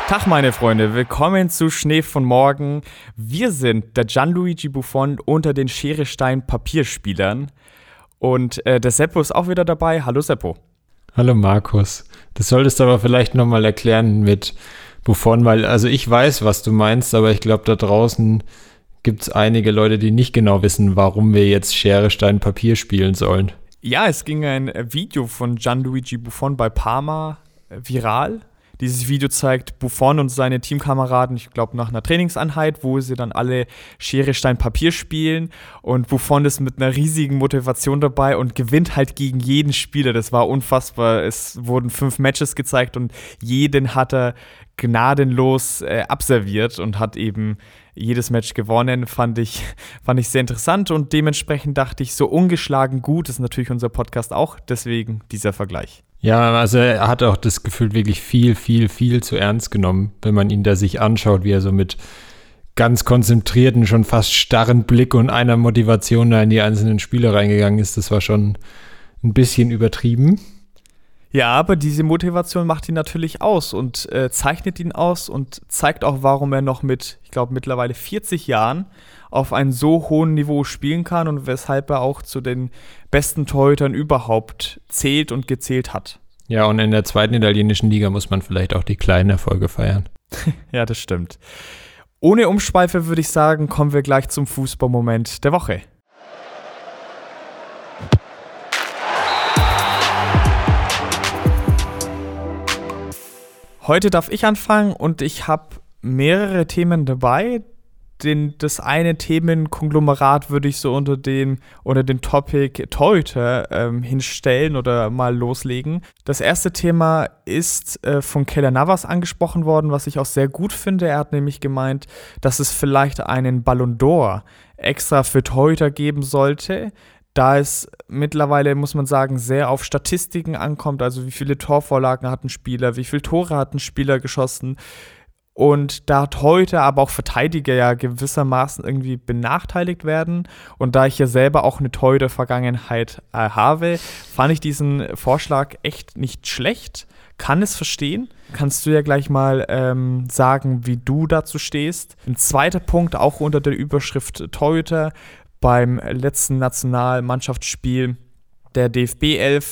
Tag meine Freunde, willkommen zu Schnee von morgen. Wir sind der Gianluigi Buffon unter den Schere-Stein-Papierspielern und der Seppo ist auch wieder dabei. Hallo Seppo. Hallo Markus. Das solltest du aber vielleicht nochmal erklären mit Buffon, weil also ich weiß, was du meinst, aber ich glaube, da draußen gibt es einige Leute, die nicht genau wissen, warum wir jetzt Schere, Stein, Papier spielen sollen. Ja, es ging ein Video von Gianluigi Buffon bei Parma viral. Dieses Video zeigt Buffon und seine Teamkameraden, ich glaube, nach einer Trainingseinheit, wo sie dann alle Schere, Stein, Papier spielen. Und Buffon ist mit einer riesigen Motivation dabei und gewinnt halt gegen jeden Spieler. Das war unfassbar. Es wurden 5 Matches gezeigt und jeden hat er gnadenlos abserviert und hat eben jedes Match gewonnen. Fand ich sehr interessant und dementsprechend dachte ich, so ungeschlagen gut ist natürlich unser Podcast auch. Deswegen dieser Vergleich. Ja, also er hat auch das Gefühl wirklich viel zu ernst genommen, wenn man ihn da sich anschaut, wie er so mit ganz konzentrierten, schon fast starren Blick und einer Motivation da in die einzelnen Spiele reingegangen ist. Das war schon ein bisschen übertrieben. Ja, aber diese Motivation macht ihn natürlich aus und zeichnet ihn aus und zeigt auch, warum er noch mit, ich glaube, mittlerweile 40 Jahren auf einem so hohen Niveau spielen kann und weshalb er auch zu den besten Torhütern überhaupt zählt und gezählt hat. Ja, und in der zweiten italienischen Liga muss man vielleicht auch die kleinen Erfolge feiern. Ja, das stimmt. Ohne Umschweife würde ich sagen, kommen wir gleich zum Fußballmoment der Woche. Heute darf ich anfangen und ich habe mehrere Themen dabei. Das eine Themenkonglomerat würde ich so unter den Topic Torhüter hinstellen oder mal loslegen. Das erste Thema ist von Keylor Navas angesprochen worden, was ich auch sehr gut finde. Er hat nämlich gemeint, dass es vielleicht einen Ballon d'Or extra für Torhüter geben sollte, da es mittlerweile, muss man sagen, sehr auf Statistiken ankommt, also wie viele Torvorlagen hat ein Spieler, wie viele Tore hat ein Spieler geschossen. Und da Torhüter, aber auch Verteidiger ja gewissermaßen irgendwie benachteiligt werden. Und da ich ja selber auch eine Torhüter-Vergangenheit habe, fand ich diesen Vorschlag echt nicht schlecht. Kann es verstehen. Kannst du ja gleich mal sagen, wie du dazu stehst. Ein zweiter Punkt, auch unter der Überschrift Torhüter. Beim letzten Nationalmannschaftsspiel der DFB 11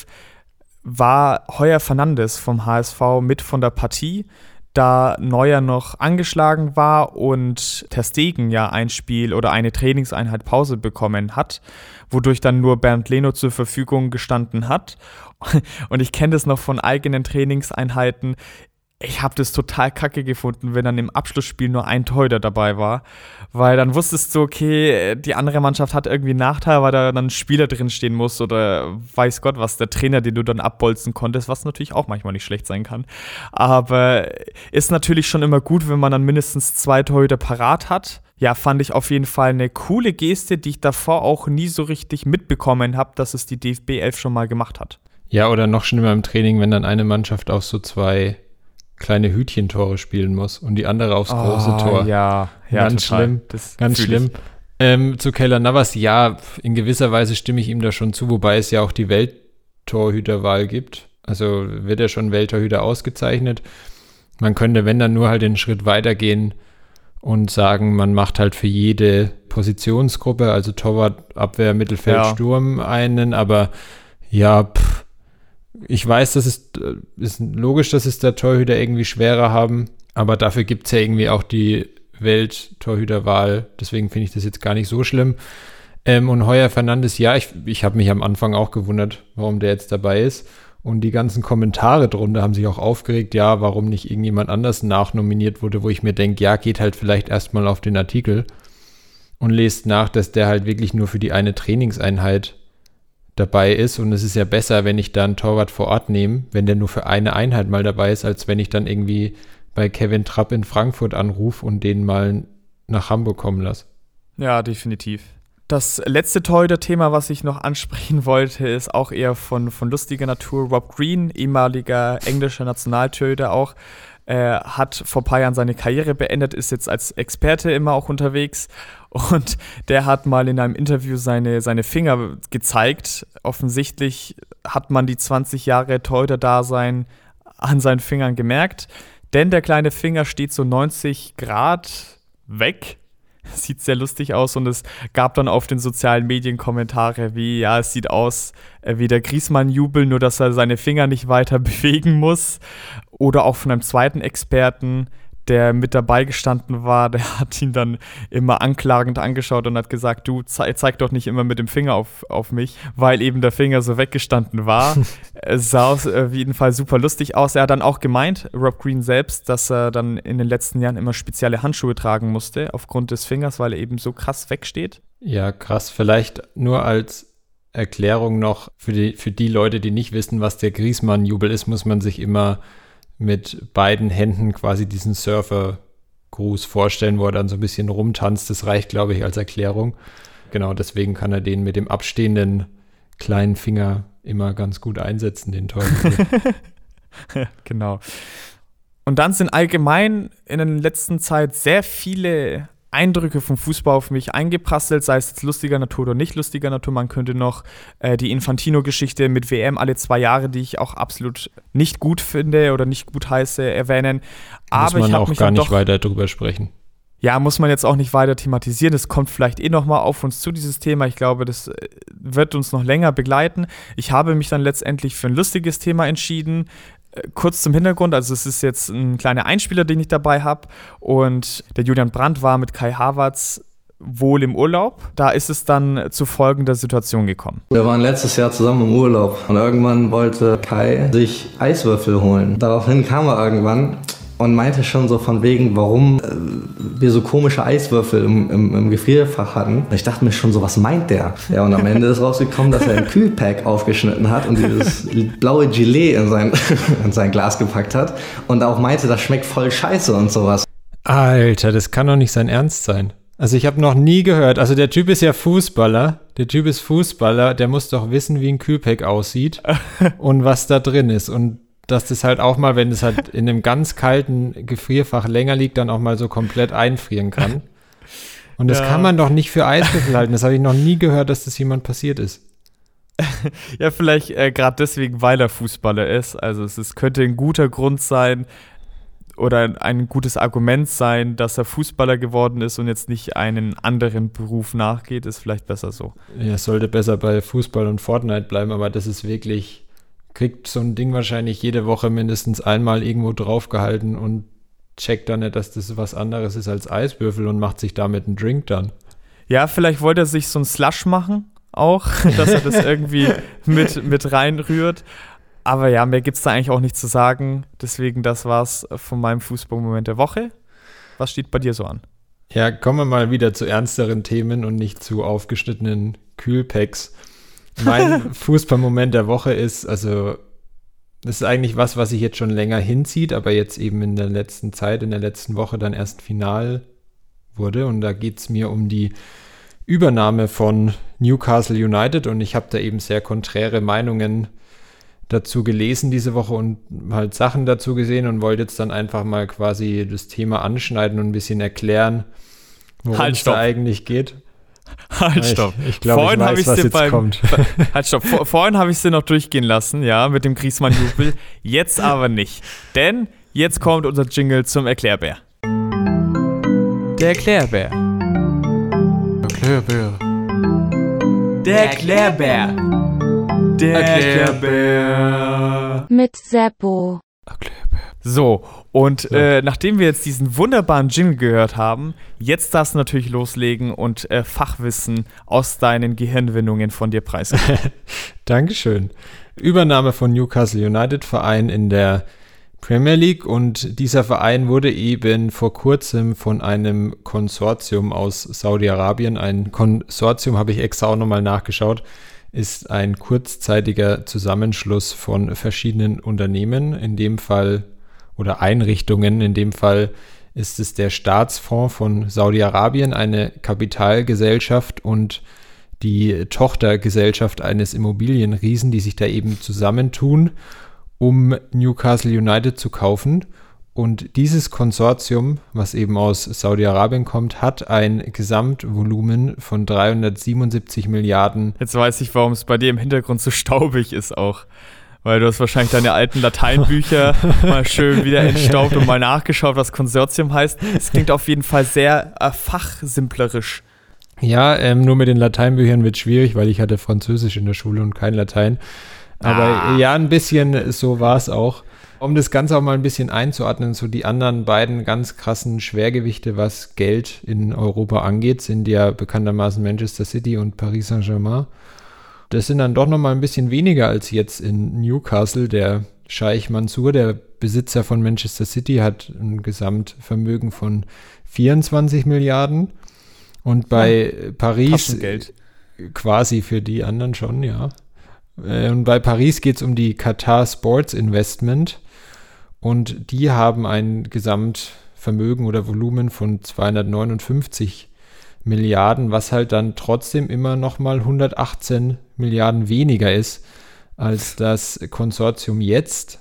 war Heuer Fernandes vom HSV mit von der Partie, da Neuer noch angeschlagen war und Ter Stegen ja ein Spiel oder eine Trainingseinheit Pause bekommen hat, wodurch dann nur Bernd Leno zur Verfügung gestanden hat. Und ich kenne das noch von eigenen Trainingseinheiten. Ich habe das total kacke gefunden, wenn dann im Abschlussspiel nur ein Torhüter dabei war, weil dann wusstest du, okay, die andere Mannschaft hat irgendwie einen Nachteil, weil da dann ein Spieler drinstehen muss oder weiß Gott was, der Trainer, den du dann abbolzen konntest, was natürlich auch manchmal nicht schlecht sein kann. Aber ist natürlich schon immer gut, wenn man dann mindestens 2 Torhüter parat hat. Ja, fand ich auf jeden Fall eine coole Geste, die ich davor auch nie so richtig mitbekommen habe, dass es die DFB 11 schon mal gemacht hat. Ja, oder noch schlimmer im Training, wenn dann eine Mannschaft auf so 2 kleine Hütchentore spielen muss und die andere aufs große Tor. Ja, ganz schlimm. Ganz schlimm. Zu Keylor Navas, ja, in gewisser Weise stimme ich ihm da schon zu, wobei es ja auch die Welttorhüterwahl gibt. Also wird er schon Welttorhüter ausgezeichnet. Man könnte, wenn dann nur halt den Schritt weitergehen und sagen, man macht halt für jede Positionsgruppe, also Torwart, Abwehr, Mittelfeld, Sturm einen, aber ja, ich weiß, das ist logisch, dass es der Torhüter irgendwie schwerer haben, aber dafür gibt es ja irgendwie auch die Welttorhüterwahl, deswegen finde ich das jetzt gar nicht so schlimm. Und Heuer Fernandes, ja, ich habe mich am Anfang auch gewundert, warum der jetzt dabei ist. Und die ganzen Kommentare drunter haben sich auch aufgeregt, ja, warum nicht irgendjemand anders nachnominiert wurde, wo ich mir denke, ja, geht halt vielleicht erstmal auf den Artikel und lest nach, dass der halt wirklich nur für die eine Trainingseinheit dabei ist. Und es ist ja besser, wenn ich da einen Torwart vor Ort nehme, wenn der nur für eine Einheit mal dabei ist, als wenn ich dann irgendwie bei Kevin Trapp in Frankfurt anrufe und den mal nach Hamburg kommen lasse. Ja, definitiv. Das letzte Torhüter-Thema, was ich noch ansprechen wollte, ist auch eher von lustiger Natur. Rob Green, ehemaliger englischer Nationaltorhüter auch, hat vor ein paar Jahren seine Karriere beendet, ist jetzt als Experte immer auch unterwegs und der hat mal in einem Interview seine Finger gezeigt. Offensichtlich hat man die 20 Jahre Torhüter-Dasein an seinen Fingern gemerkt. denn der kleine Finger steht so 90 Grad weg. Sieht sehr lustig aus und es gab dann auf den sozialen Medien Kommentare wie, ja, es sieht aus wie der Griezmann-Jubel, nur dass er seine Finger nicht weiter bewegen muss. Oder auch von einem zweiten Experten, der mit dabei gestanden war, der hat ihn dann immer anklagend angeschaut und hat gesagt, du zeig doch nicht immer mit dem Finger auf mich, weil eben der Finger so weggestanden war. Es sah auf jeden Fall super lustig aus. Er hat dann auch gemeint, Rob Green selbst, dass er dann in den letzten Jahren immer spezielle Handschuhe tragen musste, aufgrund des Fingers, weil er eben so krass wegsteht. Ja, krass. Vielleicht nur als Erklärung noch für die Leute, die nicht wissen, was der Griezmann-Jubel ist, muss man sich immer mit beiden Händen quasi diesen Surfer-Gruß vorstellen, wo er dann so ein bisschen rumtanzt. Das reicht, glaube ich, als Erklärung. Genau, deswegen kann er den mit dem abstehenden kleinen Finger immer ganz gut einsetzen, den Torhüter. Genau. Und dann sind allgemein in der letzten Zeit sehr viele Eindrücke vom Fußball auf mich eingeprasselt, sei es jetzt lustiger Natur oder nicht lustiger Natur. Man könnte noch die Infantino-Geschichte mit WM alle 2 Jahre, die ich auch absolut nicht gut finde oder nicht gut heiße, erwähnen. Aber muss man auch gar nicht weiter drüber sprechen. Ja, muss man jetzt auch nicht weiter thematisieren. Das kommt vielleicht nochmal auf uns zu, dieses Thema. Ich glaube, das wird uns noch länger begleiten. Ich habe mich dann letztendlich für ein lustiges Thema entschieden. Kurz zum Hintergrund, also es ist jetzt ein kleiner Einspieler, den ich dabei habe, und der Julian Brandt war mit Kai Havertz wohl im Urlaub. Da ist es dann zu folgender Situation gekommen. Wir waren letztes Jahr zusammen im Urlaub und irgendwann wollte Kai sich Eiswürfel holen. Daraufhin kam er irgendwann und meinte schon so von wegen, warum wir so komische Eiswürfel im Gefrierfach hatten. Und ich dachte mir schon so, was meint der? Ja, und am Ende ist rausgekommen, dass er ein Kühlpack aufgeschnitten hat und dieses blaue Gelee in sein Glas gepackt hat und auch meinte, das schmeckt voll scheiße und sowas. Alter, das kann doch nicht sein Ernst sein. Also ich habe noch nie gehört, also der Typ ist ja Fußballer, der muss doch wissen, wie ein Kühlpack aussieht und was da drin ist, und dass das halt auch mal, wenn es halt in einem ganz kalten Gefrierfach länger liegt, dann auch mal so komplett einfrieren kann. Und das kann man doch nicht für Eiswürfel halten. Das habe ich noch nie gehört, dass das jemand passiert ist. Ja, vielleicht gerade deswegen, weil er Fußballer ist. Also könnte ein guter Grund sein oder ein gutes Argument sein, dass er Fußballer geworden ist und jetzt nicht einen anderen Beruf nachgeht. Ist vielleicht besser so. Ja, es sollte besser bei Fußball und Fortnite bleiben, aber das ist wirklich... kriegt so ein Ding wahrscheinlich jede Woche mindestens einmal irgendwo draufgehalten und checkt dann nicht, dass das was anderes ist als Eiswürfel und macht sich damit einen Drink dann. Ja, vielleicht wollte er sich so ein Slush machen auch, dass er das irgendwie mit reinrührt. Aber ja, mehr gibt es da eigentlich auch nicht zu sagen. Deswegen, das war's von meinem Fußballmoment der Woche. Was steht bei dir so an? Ja, kommen wir mal wieder zu ernsteren Themen und nicht zu aufgeschnittenen Kühlpacks. Mein Fußballmoment der Woche ist, also das ist eigentlich was sich jetzt schon länger hinzieht, aber jetzt eben in der letzten Zeit, in der letzten Woche dann erst final wurde, und da geht es mir um die Übernahme von Newcastle United, und ich habe da eben sehr konträre Meinungen dazu gelesen diese Woche und halt Sachen dazu gesehen und wollte jetzt dann einfach mal quasi das Thema anschneiden und ein bisschen erklären, worum es da eigentlich geht. Halt, stopp. Ich glaube, ich weiß, was jetzt kommt. Halt, stopp. Vorhin habe ich es dir noch durchgehen lassen, ja, mit dem Griezmann-Jubel. Jetzt aber nicht. Denn jetzt kommt unser Jingle zum Erklärbär. Der Erklärbär. Der Erklärbär. Der Erklärbär. Mit Seppo. So, und nachdem wir jetzt diesen wunderbaren Jingle gehört haben, jetzt darfst du natürlich loslegen und Fachwissen aus deinen Gehirnwindungen von dir preisgeben. Dankeschön. Übernahme von Newcastle United, Verein in der Premier League, und dieser Verein wurde eben vor kurzem von einem Konsortium aus Saudi-Arabien, ein Konsortium, habe ich extra auch nochmal nachgeschaut, ist ein kurzzeitiger Zusammenschluss von verschiedenen Unternehmen, in dem Fall oder Einrichtungen. In dem Fall ist es der Staatsfonds von Saudi-Arabien, eine Kapitalgesellschaft und die Tochtergesellschaft eines Immobilienriesen, die sich da eben zusammentun, um Newcastle United zu kaufen. Und dieses Konsortium, was eben aus Saudi-Arabien kommt, hat ein Gesamtvolumen von 377 Milliarden. Jetzt weiß ich, warum es bei dir im Hintergrund so staubig ist auch. Weil du hast wahrscheinlich deine alten Lateinbücher mal schön wieder entstaubt und mal nachgeschaut, was Konsortium heißt. Es klingt auf jeden Fall sehr fachsimplerisch. Ja, nur mit den Lateinbüchern wird es schwierig, weil ich hatte Französisch in der Schule und kein Latein. Aber ja, ein bisschen so war es auch. Um das Ganze auch mal ein bisschen einzuordnen, so die anderen beiden ganz krassen Schwergewichte, was Geld in Europa angeht, sind ja bekanntermaßen Manchester City und Paris Saint-Germain. Das sind dann doch noch mal ein bisschen weniger als jetzt in Newcastle. Der Scheich Mansour, der Besitzer von Manchester City, hat ein Gesamtvermögen von 24 Milliarden. Und bei Paris, quasi für die anderen schon, ja. Und bei Paris geht es um die Qatar Sports Investment. Und die haben ein Gesamtvermögen oder Volumen von 259 Milliarden, was halt dann trotzdem immer noch mal 118 Milliarden weniger ist als das Konsortium jetzt.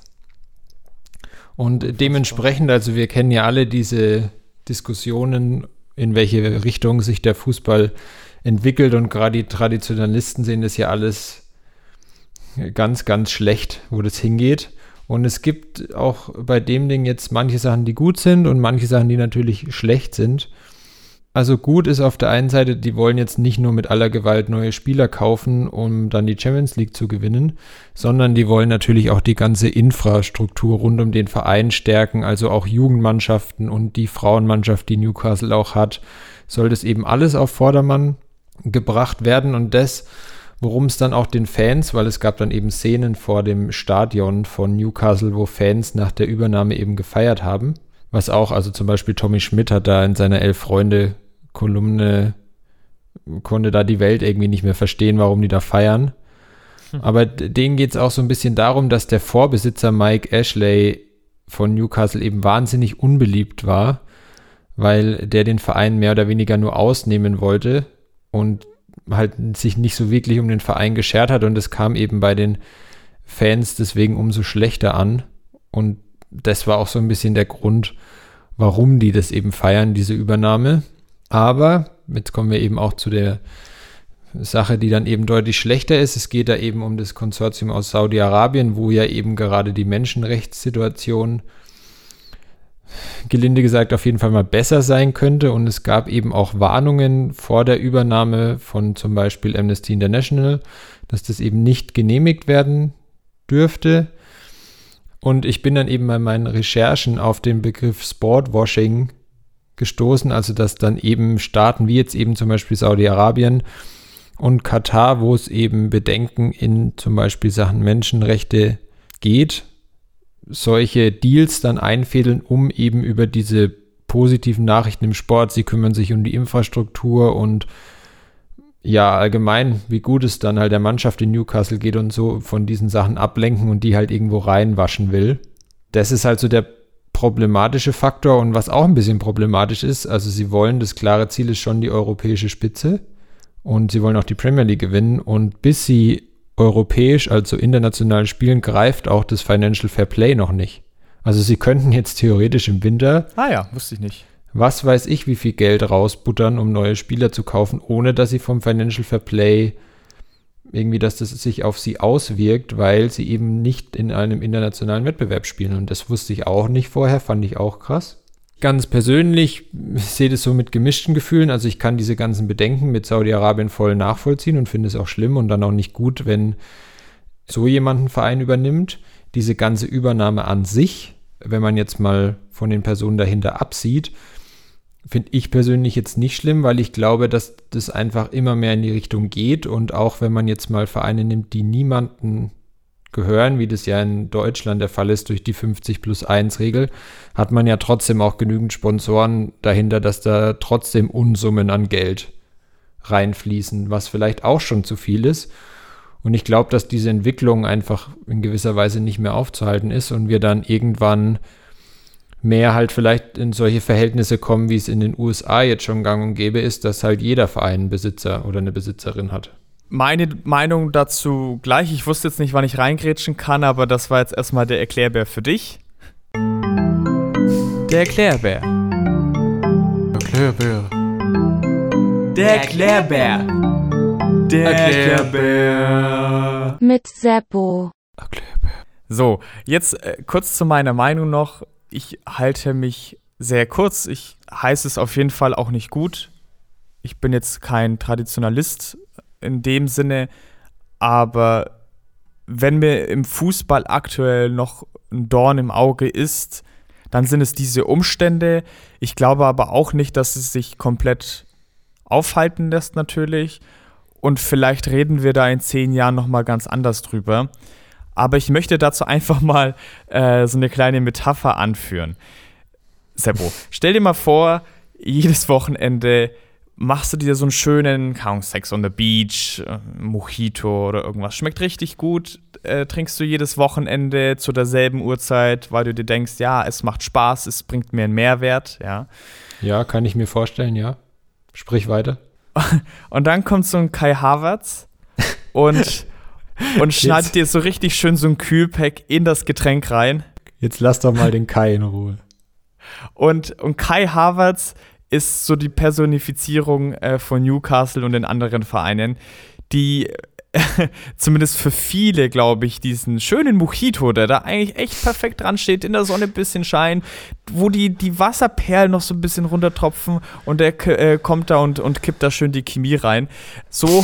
Und dementsprechend, also wir kennen ja alle diese Diskussionen, in welche Richtung sich der Fußball entwickelt, und gerade die Traditionalisten sehen das ja alles ganz, ganz schlecht, wo das hingeht. Und es gibt auch bei dem Ding jetzt manche Sachen, die gut sind und manche Sachen, die natürlich schlecht sind. Also gut ist auf der einen Seite, die wollen jetzt nicht nur mit aller Gewalt neue Spieler kaufen, um dann die Champions League zu gewinnen, sondern die wollen natürlich auch die ganze Infrastruktur rund um den Verein stärken, also auch Jugendmannschaften und die Frauenmannschaft, die Newcastle auch hat, soll das eben alles auf Vordermann gebracht werden. Und das, worum es dann auch den Fans, weil es gab dann eben Szenen vor dem Stadion von Newcastle, wo Fans nach der Übernahme eben gefeiert haben, was auch, also zum Beispiel Tommy Schmidt hat da in seiner 11-Freunde-Kolumne, konnte da die Welt irgendwie nicht mehr verstehen, warum die da feiern. Aber denen geht es auch so ein bisschen darum, dass der Vorbesitzer Mike Ashley von Newcastle eben wahnsinnig unbeliebt war, weil der den Verein mehr oder weniger nur ausnehmen wollte und halt sich nicht so wirklich um den Verein geschert hat, und es kam eben bei den Fans deswegen umso schlechter an, und das war auch so ein bisschen der Grund, warum die das eben feiern, diese Übernahme. Aber jetzt kommen wir eben auch zu der Sache, die dann eben deutlich schlechter ist. Es geht da eben um das Konsortium aus Saudi-Arabien, wo ja eben gerade die Menschenrechtssituation, gelinde gesagt, auf jeden Fall mal besser sein könnte. Und es gab eben auch Warnungen vor der Übernahme von zum Beispiel Amnesty International, dass das eben nicht genehmigt werden dürfte. Und ich bin dann eben bei meinen Recherchen auf den Begriff Sportwashing gestoßen, also dass dann eben Staaten wie jetzt eben zum Beispiel Saudi-Arabien und Katar, wo es eben Bedenken in zum Beispiel Sachen Menschenrechte geht, solche Deals dann einfädeln, um eben über diese positiven Nachrichten im Sport, sie kümmern sich um die Infrastruktur und ja, allgemein, wie gut es dann halt der Mannschaft in Newcastle geht und so, von diesen Sachen ablenken und die halt irgendwo reinwaschen will. Das ist halt so der problematische Faktor, und was auch ein bisschen problematisch ist, also sie wollen, das klare Ziel ist schon die europäische Spitze und sie wollen auch die Premier League gewinnen, und bis sie europäisch, also international spielen, greift auch das Financial Fair Play noch nicht. Also sie könnten jetzt theoretisch im Winter, wusste ich nicht, was weiß ich, wie viel Geld rausbuttern, um neue Spieler zu kaufen, ohne dass sie vom Financial Fair Play irgendwie, dass das sich auf sie auswirkt, weil sie eben nicht in einem internationalen Wettbewerb spielen. Und das wusste ich auch nicht vorher, fand ich auch krass. Ganz persönlich sehe das so mit gemischten Gefühlen. Also ich kann diese ganzen Bedenken mit Saudi-Arabien voll nachvollziehen und finde es auch schlimm und dann auch nicht gut, wenn so jemand einen Verein übernimmt. Diese ganze Übernahme an sich, wenn man jetzt mal von den Personen dahinter absieht, finde ich persönlich jetzt nicht schlimm, weil ich glaube, dass das einfach immer mehr in die Richtung geht, und auch wenn man jetzt mal Vereine nimmt, die niemanden gehören, wie das ja in Deutschland der Fall ist durch die 50+1-Regel, hat man ja trotzdem auch genügend Sponsoren dahinter, dass da trotzdem Unsummen an Geld reinfließen, was vielleicht auch schon zu viel ist. Und ich glaube, dass diese Entwicklung einfach in gewisser Weise nicht mehr aufzuhalten ist und wir dann irgendwann mehr halt vielleicht in solche Verhältnisse kommen, wie es in den USA jetzt schon gang und gäbe ist, dass halt jeder Verein einen Besitzer oder eine Besitzerin hat. Meine Meinung dazu gleich. Ich wusste jetzt nicht, wann ich reingrätschen kann, aber das war jetzt erstmal der Erklärbär für dich. Der Erklärbär. Der Erklärbär. Der Erklärbär. Mit Seppo. So, jetzt kurz zu meiner Meinung noch. Ich halte mich sehr kurz. Ich heiße es auf jeden Fall auch nicht gut. Ich bin jetzt kein Traditionalist in dem Sinne, aber wenn mir im Fußball aktuell noch ein Dorn im Auge ist, dann sind es diese Umstände. Ich glaube aber auch nicht, dass es sich komplett aufhalten lässt natürlich. Und vielleicht reden wir da in 10 Jahren nochmal ganz anders drüber. Aber ich möchte dazu einfach mal so eine kleine Metapher anführen. Seppo, stell dir mal vor, jedes Wochenende machst du dir so einen schönen Sex on the Beach, Mojito oder irgendwas. Schmeckt richtig gut, trinkst du jedes Wochenende zu derselben Uhrzeit, weil du dir denkst, ja, es macht Spaß, es bringt mir einen Mehrwert. Ja, ja, kann ich mir vorstellen, ja. Sprich weiter. Und dann kommt so ein Kai Havertz und schneidet dir so richtig schön so ein Kühlpack in das Getränk rein. Jetzt lass doch mal den Kai in Ruhe. Und Kai Havertz ist so die Personifizierung von Newcastle und den anderen Vereinen, die zumindest für viele, glaube ich, diesen schönen Mojito, der da eigentlich echt perfekt dran steht, in der Sonne ein bisschen Schein, wo die Wasserperlen noch so ein bisschen runtertropfen und der kommt da und kippt da schön die Chemie rein. So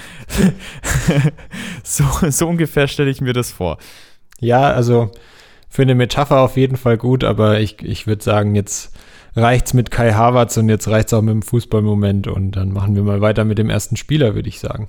ungefähr stelle ich mir das vor. Ja, also für eine Metapher auf jeden Fall gut, aber ich würde sagen, jetzt reicht's mit Kai Havertz und jetzt reicht's auch mit dem Fußballmoment und dann machen wir mal weiter mit dem ersten Spieler, würde ich sagen.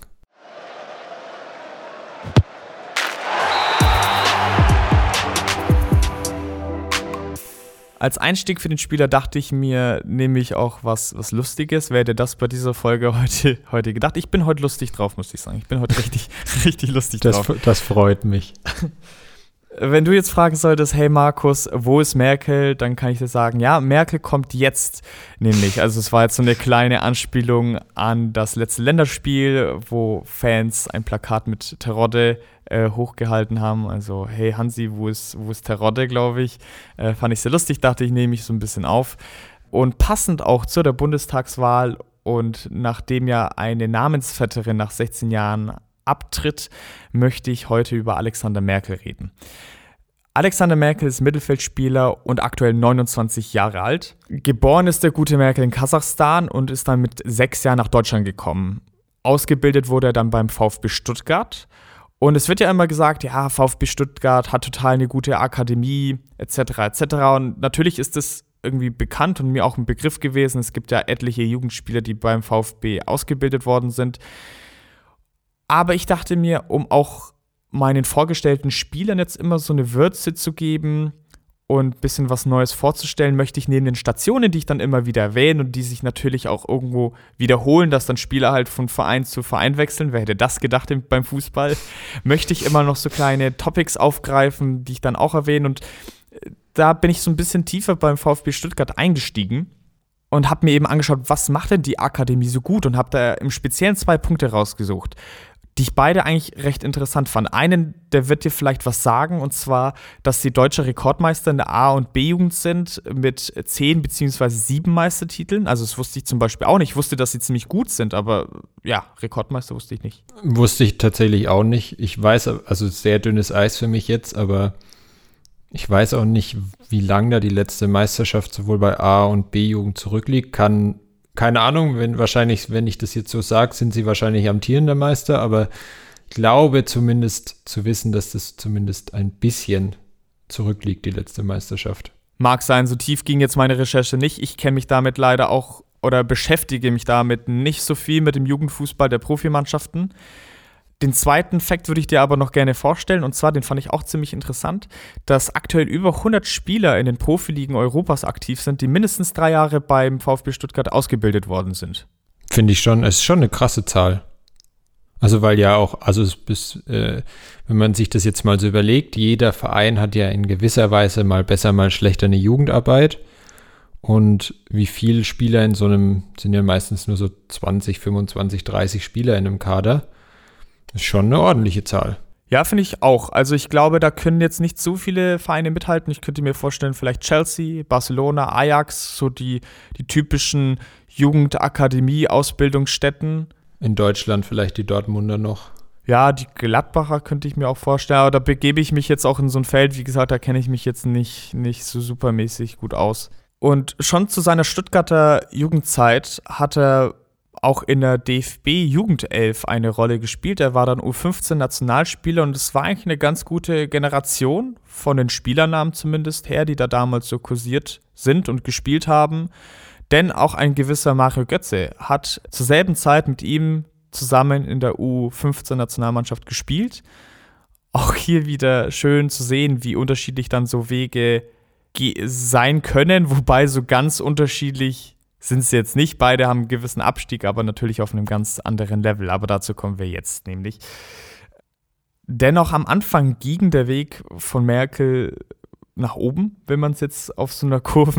Als Einstieg für den Spieler dachte ich mir, nehme ich auch was Lustiges. Wer hätte das bei dieser Folge heute gedacht? Ich bin heute lustig drauf, muss ich sagen. Ich bin heute richtig lustig drauf. Das freut mich. Wenn du jetzt fragen solltest, hey Markus, wo ist Merkel? Dann kann ich dir sagen, ja, Merkel kommt jetzt nämlich. Also es war jetzt so eine kleine Anspielung an das letzte Länderspiel, wo Fans ein Plakat mit Terodde hochgehalten haben. Also, hey Hansi, wo ist Terodde, glaube ich. Fand ich sehr lustig, dachte ich, nehme ich so ein bisschen auf. Und passend auch zu der Bundestagswahl und nachdem ja eine Namensvetterin nach 16 Jahren abtritt, möchte ich heute über Alexander Merkel reden. Alexander Merkel ist Mittelfeldspieler und aktuell 29 Jahre alt. Geboren ist der gute Merkel in Kasachstan und ist dann mit 6 Jahren nach Deutschland gekommen. Ausgebildet wurde er dann beim VfB Stuttgart. Und es wird ja immer gesagt, ja, VfB Stuttgart hat total eine gute Akademie, etc., etc. Und natürlich ist es irgendwie bekannt und mir auch ein Begriff gewesen. Es gibt ja etliche Jugendspieler, die beim VfB ausgebildet worden sind. Aber ich dachte mir, um auch meinen vorgestellten Spielern jetzt immer so eine Würze zu geben und ein bisschen was Neues vorzustellen, möchte ich neben den Stationen, die ich dann immer wieder erwähne und die sich natürlich auch irgendwo wiederholen, dass dann Spieler halt von Verein zu Verein wechseln, wer hätte das gedacht beim Fußball, möchte ich immer noch so kleine Topics aufgreifen, die ich dann auch erwähne. Und da bin ich so ein bisschen tiefer beim VfB Stuttgart eingestiegen und habe mir eben angeschaut, was macht denn die Akademie so gut und habe da im Speziellen 2 Punkte rausgesucht, die ich beide eigentlich recht interessant fand. Einen, der wird dir vielleicht was sagen, und zwar, dass sie deutscher Rekordmeister in der A- und B-Jugend sind mit 10 bzw. 7 Meistertiteln. Also das wusste ich zum Beispiel auch nicht. Ich wusste, dass sie ziemlich gut sind, aber ja, Rekordmeister wusste ich nicht. Wusste ich tatsächlich auch nicht. Ich weiß, also sehr dünnes Eis für mich jetzt, aber ich weiß auch nicht, wie lange da die letzte Meisterschaft sowohl bei A- und B-Jugend zurückliegt. Keine Ahnung, wenn ich das jetzt so sage, sind sie wahrscheinlich amtierender Meister, aber ich glaube zumindest zu wissen, dass das zumindest ein bisschen zurückliegt, die letzte Meisterschaft. Mag sein, so tief ging jetzt meine Recherche nicht. Ich kenne mich damit leider auch oder beschäftige mich damit nicht so viel mit dem Jugendfußball der Profimannschaften. Den zweiten Fakt würde ich dir aber noch gerne vorstellen, und zwar, den fand ich auch ziemlich interessant, dass aktuell über 100 Spieler in den Profiligen Europas aktiv sind, die mindestens 3 Jahre beim VfB Stuttgart ausgebildet worden sind. Finde ich schon, es ist schon eine krasse Zahl. Also weil ja auch, wenn man sich das jetzt mal so überlegt, jeder Verein hat ja in gewisser Weise mal besser, mal schlechter eine Jugendarbeit. Und wie viele Spieler in so einem, sind ja meistens nur so 20, 25, 30 Spieler in einem Kader. Das ist schon eine ordentliche Zahl. Ja, finde ich auch. Also ich glaube, da können jetzt nicht so viele Vereine mithalten. Ich könnte mir vorstellen, vielleicht Chelsea, Barcelona, Ajax, so die typischen Jugendakademie-Ausbildungsstätten. In Deutschland vielleicht die Dortmunder noch. Ja, die Gladbacher könnte ich mir auch vorstellen, aber da begebe ich mich jetzt auch in so ein Feld, wie gesagt, da kenne ich mich jetzt nicht so supermäßig gut aus. Und schon zu seiner Stuttgarter Jugendzeit hat er auch in der DFB-Jugendelf eine Rolle gespielt. Er war dann U15-Nationalspieler und es war eigentlich eine ganz gute Generation, von den Spielernamen zumindest her, die da damals so kursiert sind und gespielt haben. Denn auch ein gewisser Mario Götze hat zur selben Zeit mit ihm zusammen in der U15-Nationalmannschaft gespielt. Auch hier wieder schön zu sehen, wie unterschiedlich dann so Wege sein können, wobei so ganz unterschiedlich sind sie jetzt nicht. Beide haben einen gewissen Abstieg, aber natürlich auf einem ganz anderen Level. Aber dazu kommen wir jetzt nämlich. Dennoch am Anfang ging der Weg von Merkel nach oben, wenn man es jetzt auf so einer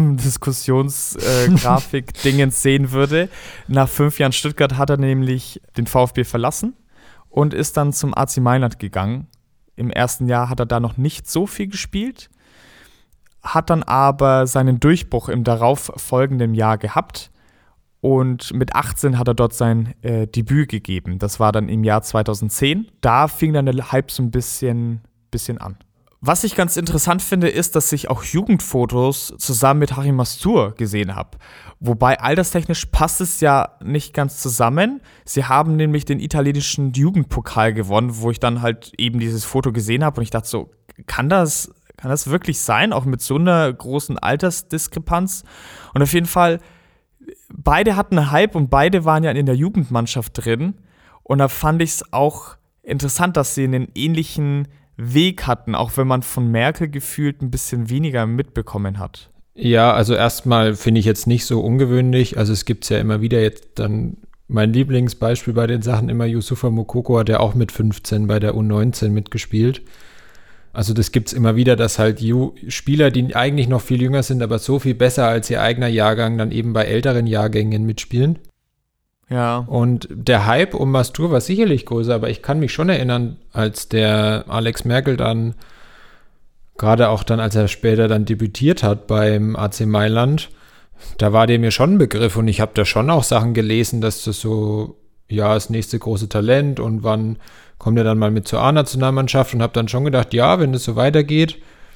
Kurvendiskussionsgrafik-Dingens sehen würde. Nach 5 Jahren Stuttgart hat er nämlich den VfB verlassen und ist dann zum AC Mailand gegangen. Im ersten Jahr hat er da noch nicht so viel gespielt, hat dann aber seinen Durchbruch im darauf folgenden Jahr gehabt und mit 18 hat er dort sein Debüt gegeben. Das war dann im Jahr 2010. Da fing dann der Hype so ein bisschen an. Was ich ganz interessant finde, ist, dass ich auch Jugendfotos zusammen mit Harry Mastur gesehen habe. Wobei alterstechnisch passt es ja nicht ganz zusammen. Sie haben nämlich den italienischen Jugendpokal gewonnen, wo ich dann halt eben dieses Foto gesehen habe und ich dachte so, kann das wirklich sein, auch mit so einer großen Altersdiskrepanz? Und auf jeden Fall, beide hatten einen Hype und beide waren ja in der Jugendmannschaft drin. Und da fand ich es auch interessant, dass sie einen ähnlichen Weg hatten, auch wenn man von Merkel gefühlt ein bisschen weniger mitbekommen hat. Ja, also erstmal finde ich jetzt nicht so ungewöhnlich. Also es gibt es ja immer wieder jetzt dann, mein Lieblingsbeispiel bei den Sachen immer, Youssoufa Moukoko hat ja auch mit 15 bei der U19 mitgespielt. Also das gibt es immer wieder, dass halt Spieler, die eigentlich noch viel jünger sind, aber so viel besser als ihr eigener Jahrgang, dann eben bei älteren Jahrgängen mitspielen. Ja. Und der Hype um Mastur war sicherlich größer, aber ich kann mich schon erinnern, als der Alex Merkel dann, gerade auch dann, als er später dann debütiert hat beim AC Mailand, da war der mir schon ein Begriff und ich habe da schon auch Sachen gelesen, dass das so, ja, das nächste große Talent und wann kommt er dann mal mit zur A-Nationalmannschaft und habe dann schon gedacht, ja, wenn das so weitergeht,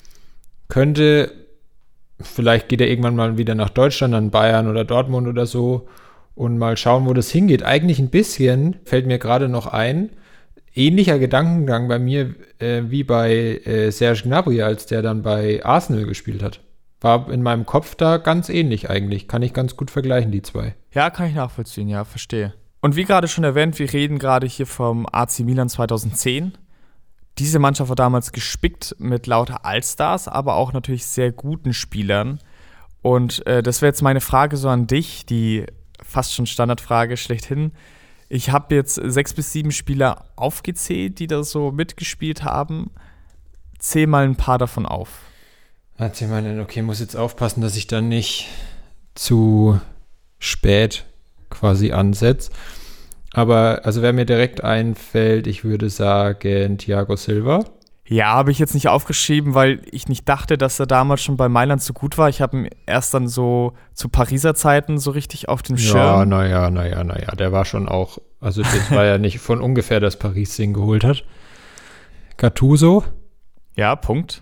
vielleicht geht er irgendwann mal wieder nach Deutschland, an Bayern oder Dortmund oder so und mal schauen, wo das hingeht. Eigentlich ein bisschen, fällt mir gerade noch ein, ähnlicher Gedankengang bei mir wie bei Serge Gnabry, als der dann bei Arsenal gespielt hat. War in meinem Kopf da ganz ähnlich eigentlich. Kann ich ganz gut vergleichen, die zwei. Ja, kann ich nachvollziehen, ja, verstehe. Und wie gerade schon erwähnt, wir reden gerade hier vom AC Milan 2010. Diese Mannschaft war damals gespickt mit lauter Allstars, aber auch natürlich sehr guten Spielern. Und das wäre jetzt meine Frage so an dich, die fast schon Standardfrage schlechthin. Ich habe jetzt 6 bis 7 Spieler aufgezählt, die da so mitgespielt haben. Zähl mal ein paar davon auf. Okay, muss jetzt aufpassen, dass ich dann nicht zu spät quasi ansetze. Aber also wer mir direkt einfällt, ich würde sagen Thiago Silva. Ja, habe ich jetzt nicht aufgeschrieben, weil ich nicht dachte, dass er damals schon bei Mailand so gut war. Ich habe ihn erst dann so zu Pariser Zeiten so richtig auf den Schirm. Ja, naja, der war schon auch, also das war ja nicht von ungefähr, dass Paris den geholt hat. Gattuso. Ja, Punkt.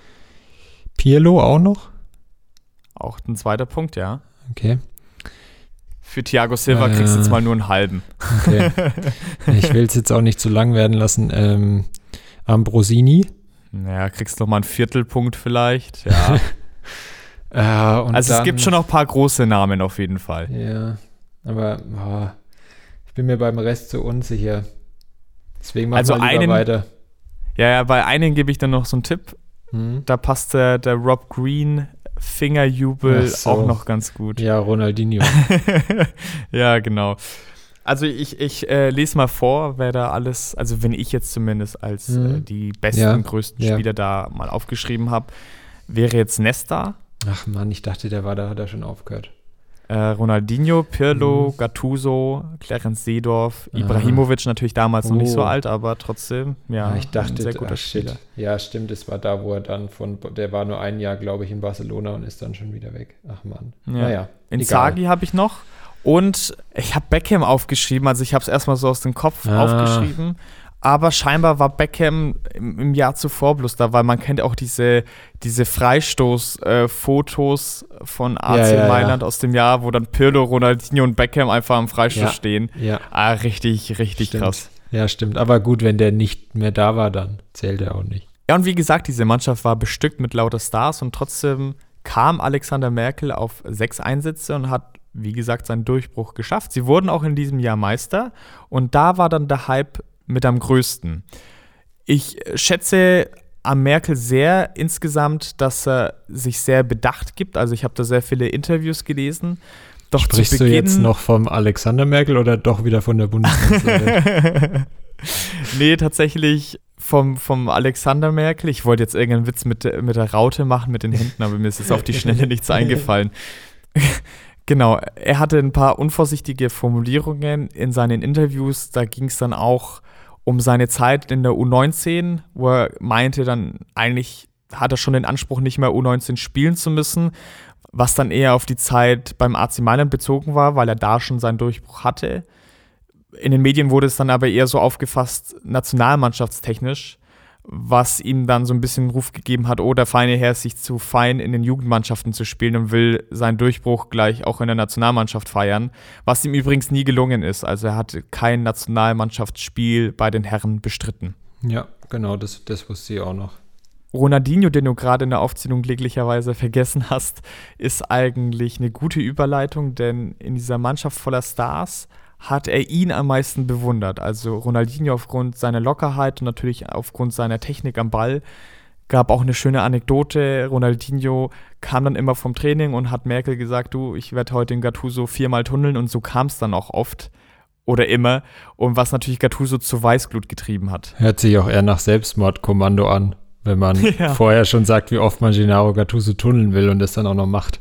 Pirlo auch noch. Auch ein zweiter Punkt, ja. Okay. Für Thiago Silva kriegst du jetzt mal nur einen halben. Okay. Ich will es jetzt auch nicht zu lang werden lassen. Ambrosini. Naja, kriegst du noch mal einen Viertelpunkt vielleicht, ja. Und also es gibt schon noch ein paar große Namen auf jeden Fall. Ja, aber ich bin mir beim Rest so unsicher. Deswegen machen wir lieber weiter. Ja, bei einem gebe ich dann noch so einen Tipp. Da passt der Rob Green Fingerjubel auch noch ganz gut. Ja, Ronaldinho. Ja, genau. Also ich lese mal vor, wer da alles, also wenn ich jetzt zumindest als die besten, größten Spieler da mal aufgeschrieben habe, wäre jetzt Nesta. Ach Mann, ich dachte, der war da, hat er schon aufgehört. Ronaldinho, Pirlo, Gattuso, Clarence Seedorf, Ibrahimovic natürlich damals noch nicht so alt, aber trotzdem, ich dachte, ein sehr guter Spieler. Ja, stimmt, es war da, wo er dann der war nur ein Jahr, glaube ich, in Barcelona und ist dann schon wieder weg. Ach Mann. Ja. Naja, Inzaghi habe ich noch und ich habe Beckham aufgeschrieben, also ich habe es erstmal so aus dem Kopf aufgeschrieben, Aber scheinbar war Beckham im Jahr zuvor bloß da, weil man kennt auch diese Freistoß-Fotos von AC Mailand aus dem Jahr, wo dann Pirlo, Ronaldinho und Beckham einfach am Freistoß stehen. Ja. Richtig krass. Ja, stimmt. Aber gut, wenn der nicht mehr da war, dann zählt er auch nicht. Ja, und wie gesagt, diese Mannschaft war bestückt mit lauter Stars und trotzdem kam Alexander Merkel auf 6 Einsätze und hat, wie gesagt, seinen Durchbruch geschafft. Sie wurden auch in diesem Jahr Meister und da war dann der Hype mit am größten. Ich schätze an Merkel sehr insgesamt, dass er sich sehr bedacht gibt. Also ich habe da sehr viele Interviews gelesen. Doch sprichst du jetzt noch vom Alexander Merkel oder doch wieder von der Bundeskanzlerin? Nee, tatsächlich vom Alexander Merkel. Ich wollte jetzt irgendeinen Witz mit der Raute machen, mit den Händen, aber mir ist jetzt auf die Schnelle nichts eingefallen. Genau, er hatte ein paar unvorsichtige Formulierungen in seinen Interviews. Da ging es dann auch um seine Zeit in der U19, wo er meinte, dann eigentlich hat er schon den Anspruch, nicht mehr U19 spielen zu müssen, was dann eher auf die Zeit beim AC Mailand bezogen war, weil er da schon seinen Durchbruch hatte. In den Medien wurde es dann aber eher so aufgefasst, nationalmannschaftstechnisch, was ihm dann so ein bisschen den Ruf gegeben hat, der feine Herr ist sich zu fein, in den Jugendmannschaften zu spielen und will seinen Durchbruch gleich auch in der Nationalmannschaft feiern, was ihm übrigens nie gelungen ist. Also er hat kein Nationalmannschaftsspiel bei den Herren bestritten. Ja, genau, das wusste ich auch noch. Ronaldinho, den du gerade in der Aufzählung kläglicherweise vergessen hast, ist eigentlich eine gute Überleitung, denn in dieser Mannschaft voller Stars hat er ihn am meisten bewundert. Also Ronaldinho aufgrund seiner Lockerheit und natürlich aufgrund seiner Technik am Ball. Gab auch eine schöne Anekdote. Ronaldinho kam dann immer vom Training und hat Merkel gesagt, du, ich werde heute den Gattuso 4-mal tunneln, und so kam es dann auch oft oder immer. Und was natürlich Gattuso zu Weißglut getrieben hat. Hört sich auch eher nach Selbstmordkommando an, wenn man vorher schon sagt, wie oft man Gennaro Gattuso tunneln will und das dann auch noch macht.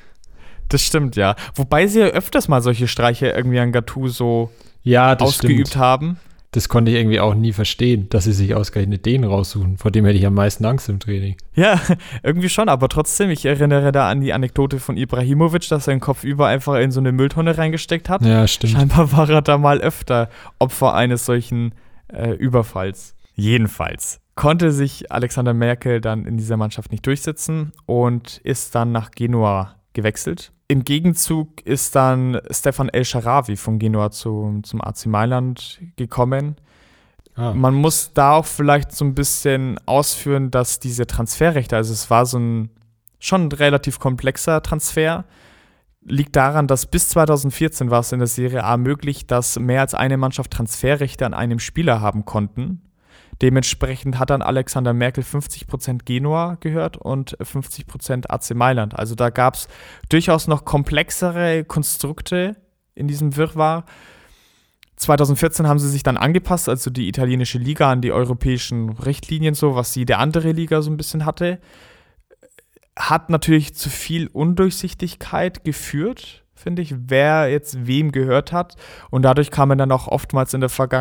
Das stimmt, ja. Wobei sie ja öfters mal solche Streiche irgendwie an Gattuso ausgeübt haben. Das konnte ich irgendwie auch nie verstehen, dass sie sich ausgerechnet den raussuchen. Vor dem hätte ich am meisten Angst im Training. Ja, irgendwie schon, aber trotzdem, ich erinnere da an die Anekdote von Ibrahimovic, dass er den Kopf über einfach in so eine Mülltonne reingesteckt hat. Ja, stimmt. Scheinbar war er da mal öfter Opfer eines solchen Überfalls. Jedenfalls konnte sich Alexander Merkel dann in dieser Mannschaft nicht durchsetzen und ist dann nach Genua gewechselt. Im Gegenzug ist dann Stefan El Shaarawy von Genua zum AC Mailand gekommen. Man muss da auch vielleicht so ein bisschen ausführen, dass diese Transferrechte, also es war schon ein relativ komplexer Transfer, liegt daran, dass bis 2014 war es in der Serie A möglich, dass mehr als eine Mannschaft Transferrechte an einem Spieler haben konnten. Dementsprechend hat dann Alexander Merkel 50% Genua gehört und 50% AC Mailand. Also da gab es durchaus noch komplexere Konstrukte in diesem Wirrwarr. 2014 haben sie sich dann angepasst, also die italienische Liga, an die europäischen Richtlinien, so was jede andere Liga so ein bisschen hatte. Hat natürlich zu viel Undurchsichtigkeit geführt, finde ich, wer jetzt wem gehört hat. Und dadurch kam man dann auch oftmals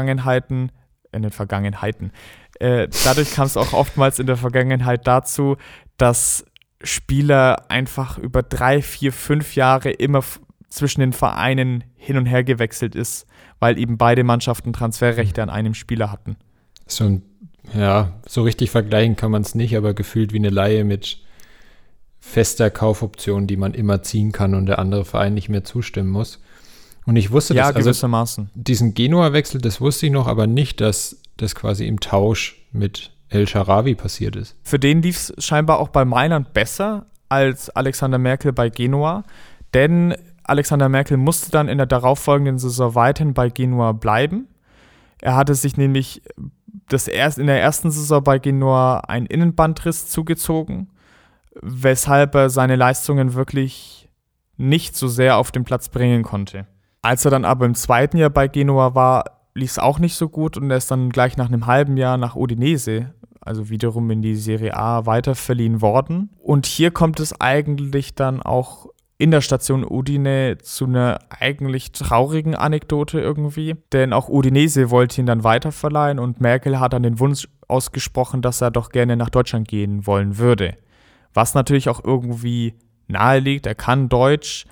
dadurch kam es auch oftmals in der Vergangenheit dazu, dass Spieler einfach über 3, 4, 5 Jahre immer zwischen den Vereinen hin und her gewechselt ist, weil eben beide Mannschaften Transferrechte an einem Spieler hatten. So richtig vergleichen kann man es nicht, aber gefühlt wie eine Leihe mit fester Kaufoption, die man immer ziehen kann und der andere Verein nicht mehr zustimmen muss. Und ich wusste das, gewissermaßen. Diesen Genua-Wechsel, das wusste ich noch, aber nicht, dass das quasi im Tausch mit El Shaarawy passiert ist. Für den lief es scheinbar auch bei Mailand besser als Alexander Merkel bei Genua, denn Alexander Merkel musste dann in der darauffolgenden Saison weiterhin bei Genua bleiben. Er hatte sich nämlich in der ersten Saison bei Genua einen Innenbandriss zugezogen, weshalb er seine Leistungen wirklich nicht so sehr auf den Platz bringen konnte. Als er dann aber im zweiten Jahr bei Genua war, lief es auch nicht so gut und er ist dann gleich nach einem halben Jahr nach Udinese, also wiederum in die Serie A, weiterverliehen worden. Und hier kommt es eigentlich dann auch in der Station Udine zu einer eigentlich traurigen Anekdote irgendwie, denn auch Udinese wollte ihn dann weiterverleihen und Merkel hat dann den Wunsch ausgesprochen, dass er doch gerne nach Deutschland gehen wollen würde. Was natürlich auch irgendwie nahe liegt, er kann Deutsch,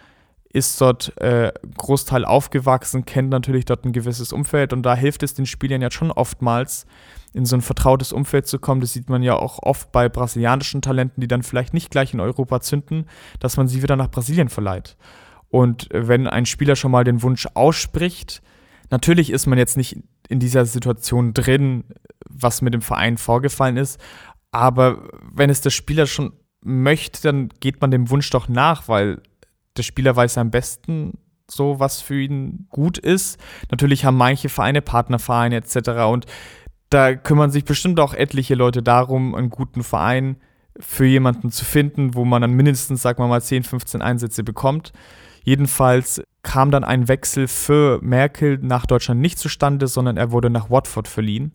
ist dort Großteil aufgewachsen, kennt natürlich dort ein gewisses Umfeld und da hilft es den Spielern ja schon oftmals, in so ein vertrautes Umfeld zu kommen. Das sieht man ja auch oft bei brasilianischen Talenten, die dann vielleicht nicht gleich in Europa zünden, dass man sie wieder nach Brasilien verleiht. Und wenn ein Spieler schon mal den Wunsch ausspricht, natürlich ist man jetzt nicht in dieser Situation drin, was mit dem Verein vorgefallen ist, aber wenn es der Spieler schon möchte, dann geht man dem Wunsch doch nach, weil der Spieler weiß am besten so, was für ihn gut ist. Natürlich haben manche Vereine, Partnervereine etc. und da kümmern sich bestimmt auch etliche Leute darum, einen guten Verein für jemanden zu finden, wo man dann mindestens, sagen wir mal, 10, 15 Einsätze bekommt. Jedenfalls kam dann ein Wechsel für Merkel nach Deutschland nicht zustande, sondern er wurde nach Watford verliehen.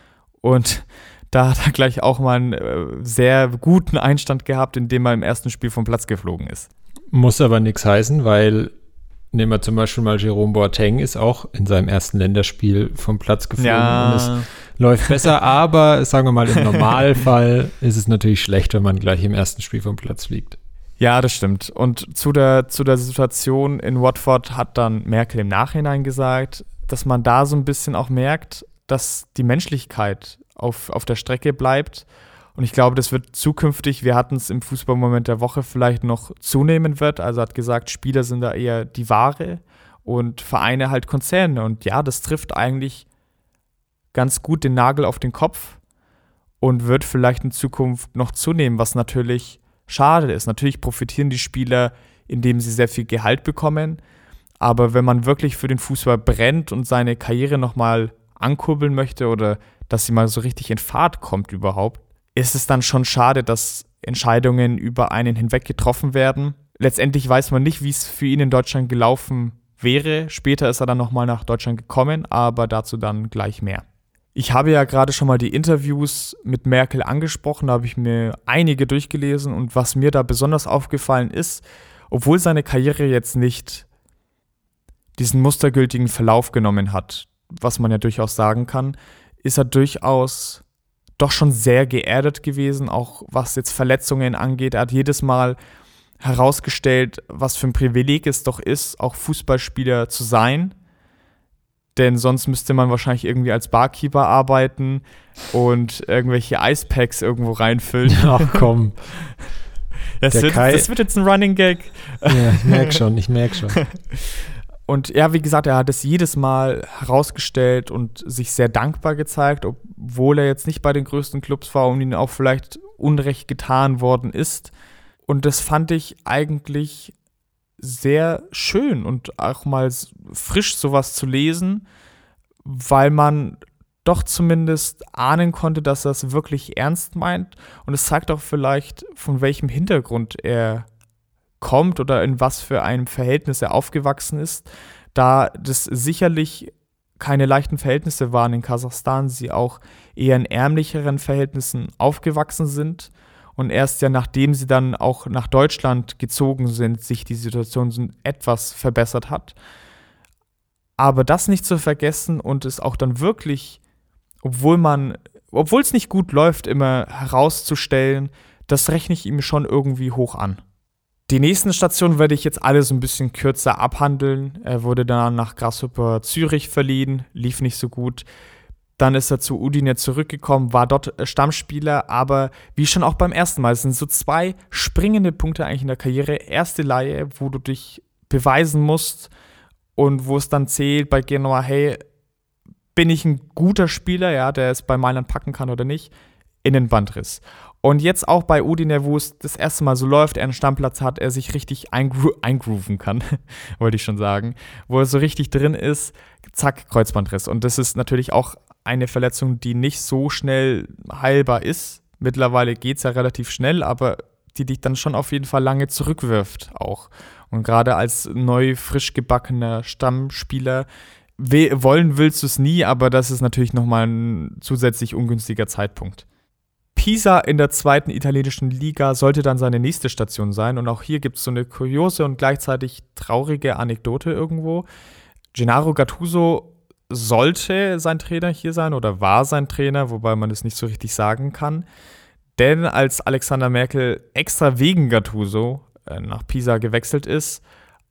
Und da hat er gleich auch mal einen sehr guten Einstand gehabt, indem er im ersten Spiel vom Platz geflogen ist. Muss aber nichts heißen, weil nehmen wir zum Beispiel mal Jerome Boateng, ist auch in seinem ersten Länderspiel vom Platz geflogen und es läuft besser, aber sagen wir mal im Normalfall ist es natürlich schlecht, wenn man gleich im ersten Spiel vom Platz fliegt. Ja, das stimmt. Und zu der Situation in Watford hat dann Merkel im Nachhinein gesagt, dass man da so ein bisschen auch merkt, dass die Menschlichkeit auf der Strecke bleibt. Und ich glaube, das wird zukünftig, wir hatten es im Fußballmoment der Woche, vielleicht noch zunehmen wird. Also hat gesagt, Spieler sind da eher die Ware und Vereine halt Konzerne. Und ja, das trifft eigentlich ganz gut den Nagel auf den Kopf und wird vielleicht in Zukunft noch zunehmen, was natürlich schade ist. Natürlich profitieren die Spieler, indem sie sehr viel Gehalt bekommen. Aber wenn man wirklich für den Fußball brennt und seine Karriere nochmal ankurbeln möchte oder dass sie mal so richtig in Fahrt kommt überhaupt, ist es dann schon schade, dass Entscheidungen über einen hinweg getroffen werden. Letztendlich weiß man nicht, wie es für ihn in Deutschland gelaufen wäre. Später ist er dann nochmal nach Deutschland gekommen, aber dazu dann gleich mehr. Ich habe ja gerade schon mal die Interviews mit Merkel angesprochen, da habe ich mir einige durchgelesen und was mir da besonders aufgefallen ist, obwohl seine Karriere jetzt nicht diesen mustergültigen Verlauf genommen hat, was man ja durchaus sagen kann, ist er durchaus doch schon sehr geerdet gewesen, auch was jetzt Verletzungen angeht. Er hat jedes Mal herausgestellt, was für ein Privileg es doch ist, auch Fußballspieler zu sein. Denn sonst müsste man wahrscheinlich irgendwie als Barkeeper arbeiten und irgendwelche Eispacks irgendwo reinfüllen. Ach komm. Das wird jetzt ein Running Gag. Ja, ich merke schon. Und ja, wie gesagt, er hat es jedes Mal herausgestellt und sich sehr dankbar gezeigt, obwohl er jetzt nicht bei den größten Clubs war und ihm auch vielleicht Unrecht getan worden ist. Und das fand ich eigentlich sehr schön und auch mal frisch sowas zu lesen, weil man doch zumindest ahnen konnte, dass er es wirklich ernst meint. Und es zeigt auch vielleicht, von welchem Hintergrund er kommt oder in was für einem Verhältnis er aufgewachsen ist, da das sicherlich keine leichten Verhältnisse waren in Kasachstan, sie auch eher in ärmlicheren Verhältnissen aufgewachsen sind und erst ja nachdem sie dann auch nach Deutschland gezogen sind, sich die Situation etwas verbessert hat. Aber das nicht zu vergessen und es auch dann wirklich, obwohl es nicht gut läuft, immer herauszustellen, das rechne ich ihm schon irgendwie hoch an. Die nächsten Stationen werde ich jetzt alle so ein bisschen kürzer abhandeln. Er wurde dann nach Grasshopper Zürich verliehen, lief nicht so gut. Dann ist er zu Udine zurückgekommen, war dort Stammspieler, aber wie schon auch beim ersten Mal, es sind so zwei springende Punkte eigentlich in der Karriere. Erste Leihe, wo du dich beweisen musst und wo es dann zählt bei Genoa, hey, bin ich ein guter Spieler, ja, der es bei Mailand packen kann oder nicht, Innenbandriss. Und jetzt auch bei Udine, wo es das erste Mal so läuft, er einen Stammplatz hat, er sich richtig eingrooven kann, wollte ich schon sagen, wo er so richtig drin ist, zack, Kreuzbandriss. Und das ist natürlich auch eine Verletzung, die nicht so schnell heilbar ist. Mittlerweile geht es ja relativ schnell, aber die dich dann schon auf jeden Fall lange zurückwirft auch. Und gerade als neu, frisch gebackener Stammspieler wollen willst du es nie, aber das ist natürlich nochmal ein zusätzlich ungünstiger Zeitpunkt. Pisa in der zweiten italienischen Liga sollte dann seine nächste Station sein. Und auch hier gibt es so eine kuriose und gleichzeitig traurige Anekdote irgendwo. Gennaro Gattuso sollte sein Trainer hier sein oder war sein Trainer, wobei man es nicht so richtig sagen kann. Denn als Alexander Merkel extra wegen Gattuso nach Pisa gewechselt ist,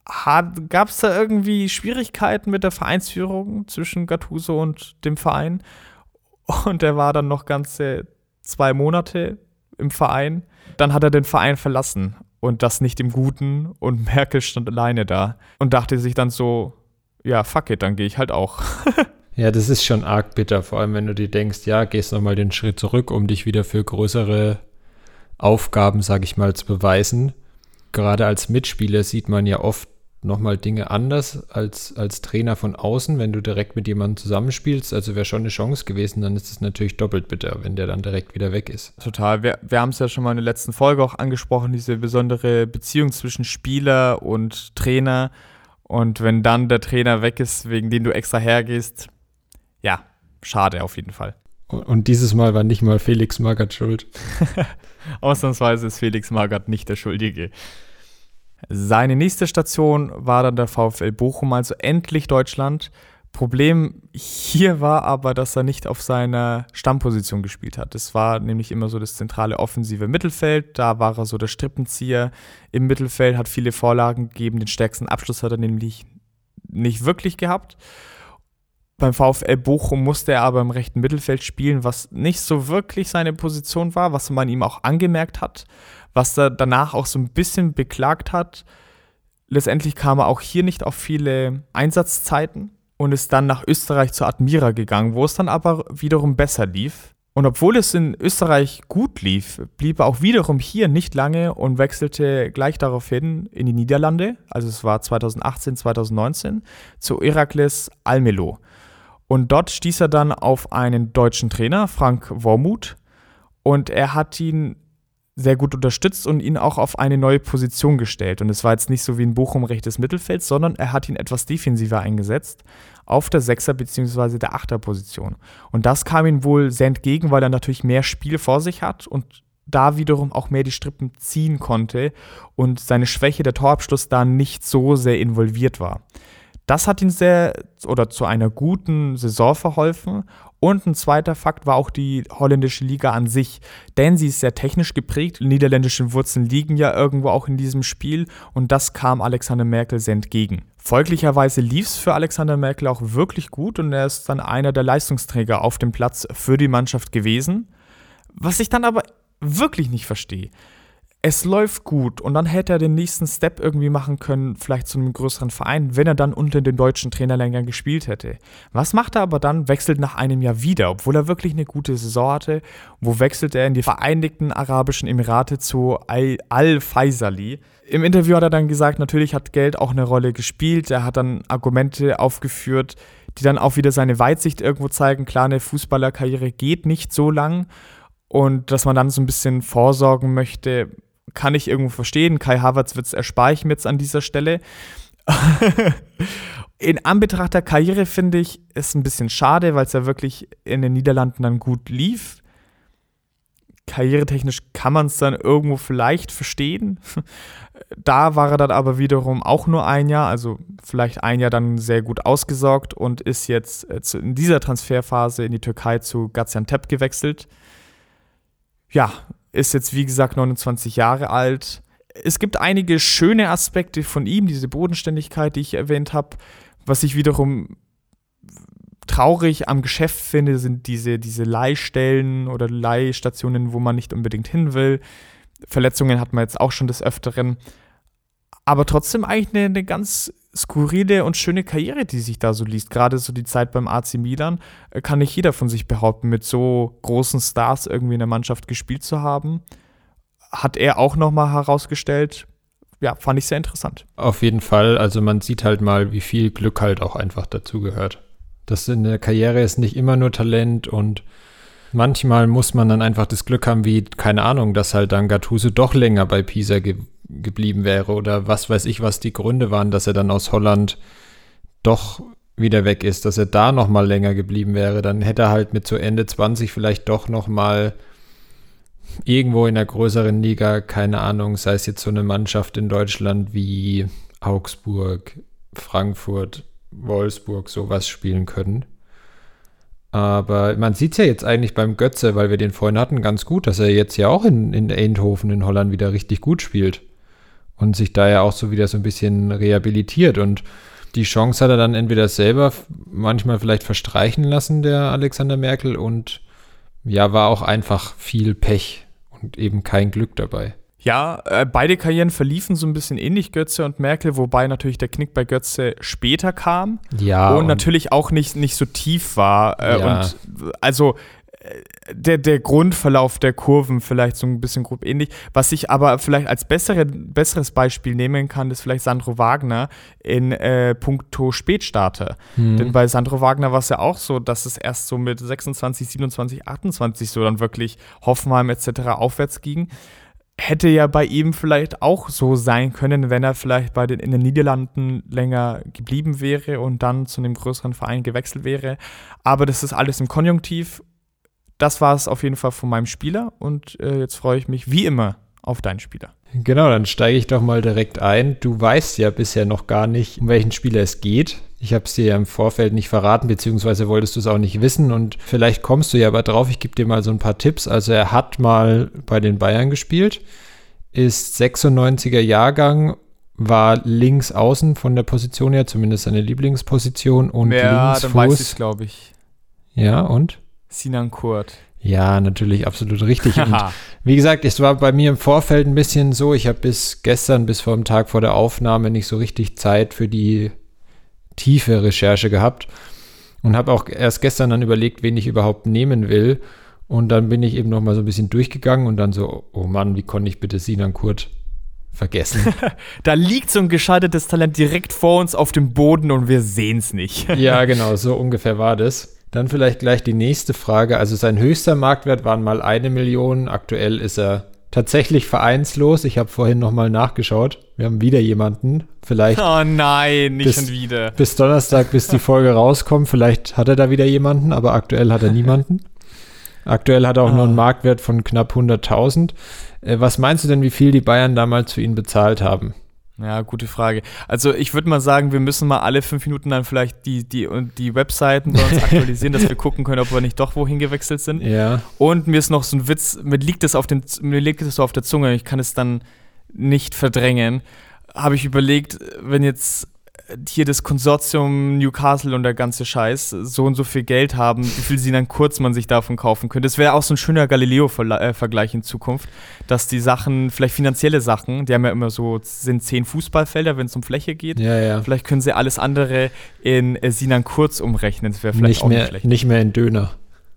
gab es da irgendwie Schwierigkeiten mit der Vereinsführung zwischen Gattuso und dem Verein. Und er war dann noch ganze 2 Monate im Verein. Dann hat er den Verein verlassen und das nicht im Guten. Und Merkel stand alleine da und dachte sich dann so, ja, fuck it, dann gehe ich halt auch. Ja, das ist schon arg bitter, vor allem wenn du dir denkst, ja, gehst nochmal den Schritt zurück, um dich wieder für größere Aufgaben, sag ich mal, zu beweisen. Gerade als Mitspieler sieht man ja oft nochmal Dinge anders als Trainer von außen, wenn du direkt mit jemandem zusammenspielst. Also wäre schon eine Chance gewesen, dann ist es natürlich doppelt bitter, wenn der dann direkt wieder weg ist. Total. Wir haben es ja schon mal in der letzten Folge auch angesprochen, diese besondere Beziehung zwischen Spieler und Trainer. Und wenn dann der Trainer weg ist, wegen dem du extra hergehst, ja, schade auf jeden Fall. Und dieses Mal war nicht mal Felix Magath schuld. Ausnahmsweise ist Felix Magath nicht der Schuldige. Seine nächste Station war dann der VfL Bochum, also endlich Deutschland. Problem hier war aber, dass er nicht auf seiner Stammposition gespielt hat. Das war nämlich immer so das zentrale offensive Mittelfeld. Da war er so der Strippenzieher im Mittelfeld, hat viele Vorlagen gegeben. Den stärksten Abschluss hat er nämlich nicht wirklich gehabt. Beim VfL Bochum musste er aber im rechten Mittelfeld spielen, was nicht so wirklich seine Position war, was man ihm auch angemerkt hat, was er danach auch so ein bisschen beklagt hat. Letztendlich kam er auch hier nicht auf viele Einsatzzeiten und ist dann nach Österreich zur Admira gegangen, wo es dann aber wiederum besser lief. Und obwohl es in Österreich gut lief, blieb er auch wiederum hier nicht lange und wechselte gleich daraufhin in die Niederlande, also es war 2018, 2019, zu Heracles Almelo. Und dort stieß er dann auf einen deutschen Trainer, Frank Wormuth, und er hat ihn sehr gut unterstützt und ihn auch auf eine neue Position gestellt. Und es war jetzt nicht so wie in Bochum rechtes Mittelfeld, sondern er hat ihn etwas defensiver eingesetzt, auf der 6er bzw. der 8er Position. Und das kam ihm wohl sehr entgegen, weil er natürlich mehr Spiel vor sich hat und da wiederum auch mehr die Strippen ziehen konnte und seine Schwäche, der Torabschluss, da nicht so sehr involviert war. Das hat ihn zu einer guten Saison verholfen. Und ein zweiter Fakt war auch die holländische Liga an sich, denn sie ist sehr technisch geprägt. Niederländische Wurzeln liegen ja irgendwo auch in diesem Spiel und das kam Alexander Merkel sehr entgegen. Folglicherweise lief es für Alexander Merkel auch wirklich gut und er ist dann einer der Leistungsträger auf dem Platz für die Mannschaft gewesen. Was ich dann aber wirklich nicht verstehe. Es läuft gut und dann hätte er den nächsten Step irgendwie machen können, vielleicht zu einem größeren Verein, wenn er dann unter den deutschen Trainer länger gespielt hätte. Was macht er aber dann? Wechselt nach einem Jahr wieder, obwohl er wirklich eine gute Saison hatte. Wo wechselt er? In die Vereinigten Arabischen Emirate zu Al-Faisali. Im Interview hat er dann gesagt, natürlich hat Geld auch eine Rolle gespielt. Er hat dann Argumente aufgeführt, die dann auch wieder seine Weitsicht irgendwo zeigen. Klar, eine Fußballerkarriere geht nicht so lang und dass man dann so ein bisschen vorsorgen möchte, kann ich irgendwo verstehen. Kai Havertz erspare ich mir jetzt an dieser Stelle. In Anbetracht der Karriere finde ich es ein bisschen schade, weil es ja wirklich in den Niederlanden dann gut lief. Karrieretechnisch kann man es dann irgendwo vielleicht verstehen. Da war er dann aber wiederum auch nur ein Jahr, also vielleicht ein Jahr dann sehr gut ausgesorgt und ist jetzt in dieser Transferphase in die Türkei zu Gaziantep gewechselt. Ja, ist jetzt wie gesagt 29 Jahre alt. Es gibt einige schöne Aspekte von ihm, diese Bodenständigkeit, die ich erwähnt habe. Was ich wiederum traurig am Geschäft finde, sind diese Leihstellen oder Leihstationen, wo man nicht unbedingt hin will. Verletzungen hat man jetzt auch schon des Öfteren. Aber trotzdem eigentlich eine ganz skurrile und schöne Karriere, die sich da so liest. Gerade so die Zeit beim AC Milan kann nicht jeder von sich behaupten, mit so großen Stars irgendwie in der Mannschaft gespielt zu haben. Hat er auch nochmal herausgestellt. Ja, fand ich sehr interessant. Auf jeden Fall. Also man sieht halt mal, wie viel Glück halt auch einfach dazugehört. Das in der Karriere ist nicht immer nur Talent und manchmal muss man dann einfach das Glück haben, wie, keine Ahnung, dass halt dann Gattuso doch länger bei Pisa geblieben wäre oder was weiß ich, was die Gründe waren, dass er dann aus Holland doch wieder weg ist, dass er da noch mal länger geblieben wäre. Dann hätte er halt mit so Ende 20 vielleicht doch noch mal irgendwo in einer größeren Liga, keine Ahnung, sei es jetzt so eine Mannschaft in Deutschland wie Augsburg, Frankfurt, Wolfsburg, sowas spielen können. Aber man sieht es ja jetzt eigentlich beim Götze, weil wir den vorhin hatten, ganz gut, dass er jetzt ja auch in Eindhoven in Holland wieder richtig gut spielt. und sich da ja auch so wieder so ein bisschen rehabilitiert. Und die Chance hat er dann entweder selber manchmal vielleicht verstreichen lassen, der Alexander Merkel, und ja, war auch einfach viel Pech und eben kein Glück dabei. Ja, beide Karrieren verliefen so ein bisschen ähnlich, Götze und Merkel, wobei natürlich der Knick bei Götze später kam. Ja. Und natürlich auch nicht so tief war. Ja. Und also der Grundverlauf der Kurven vielleicht so ein bisschen grob ähnlich. Was ich aber vielleicht als besseres Beispiel nehmen kann, ist vielleicht Sandro Wagner in puncto Spätstarter. Denn bei Sandro Wagner war es ja auch so, dass es erst so mit 26, 27, 28 so dann wirklich Hoffenheim etc. aufwärts ging. Hätte ja bei ihm vielleicht auch so sein können, wenn er vielleicht in den Niederlanden länger geblieben wäre und dann zu einem größeren Verein gewechselt wäre. Aber das ist alles im Konjunktiv. Das war es auf jeden Fall von meinem Spieler und jetzt freue ich mich wie immer auf deinen Spieler. Genau, dann steige ich doch mal direkt ein. Du weißt ja bisher noch gar nicht, um welchen Spieler es geht. Ich habe es dir ja im Vorfeld nicht verraten, beziehungsweise wolltest du es auch nicht wissen und vielleicht kommst du ja aber drauf. Ich gebe dir mal so ein paar Tipps. Also er hat mal bei den Bayern gespielt, ist 96er Jahrgang, war links außen von der Position her, zumindest seine Lieblingsposition, und Linksfuß. Dann weiß ich es, glaube ich. Ja, und? Sinan Kurt. Ja, natürlich, absolut richtig. Und wie gesagt, es war bei mir im Vorfeld ein bisschen so, ich habe bis vor dem Tag vor der Aufnahme nicht so richtig Zeit für die tiefe Recherche gehabt und habe auch erst gestern dann überlegt, wen ich überhaupt nehmen will. Und dann bin ich eben noch mal so ein bisschen durchgegangen und dann so, oh Mann, wie konnte ich bitte Sinan Kurt vergessen? Da liegt so ein gescheitertes Talent direkt vor uns auf dem Boden und wir sehen es nicht. Ja, genau, so ungefähr war das. Dann vielleicht gleich die nächste Frage. Also sein höchster Marktwert waren mal 1 Million. Aktuell ist er tatsächlich vereinslos. Ich habe vorhin noch mal nachgeschaut. Wir haben wieder jemanden. Vielleicht. Oh nein, nicht schon wieder. Bis Donnerstag, bis die Folge rauskommt. Vielleicht hat er da wieder jemanden, aber aktuell hat er niemanden. Aktuell hat er auch nur einen Marktwert von knapp 100.000. Was meinst du denn, wie viel die Bayern damals für ihn bezahlt haben? Ja, gute Frage. Also ich würde mal sagen, wir müssen mal alle 5 Minuten dann vielleicht die Webseiten bei uns aktualisieren, dass wir gucken können, ob wir nicht doch wohin gewechselt sind. Ja. Und mir ist noch so ein Witz, mir liegt es so auf der Zunge, ich kann es dann nicht verdrängen. Habe ich überlegt, wenn jetzt hier das Konsortium Newcastle und der ganze Scheiß so und so viel Geld haben, wie viel Sinan Kurt man sich davon kaufen könnte. Das wäre auch so ein schöner Galileo-Vergleich in Zukunft, dass die Sachen, vielleicht finanzielle Sachen, die haben ja immer so, sind 10 Fußballfelder, wenn es um Fläche geht. Ja, ja. Vielleicht können sie alles andere in Sinan Kurt umrechnen. Das wäre vielleicht auch nicht schlecht. Nicht mehr in Döner.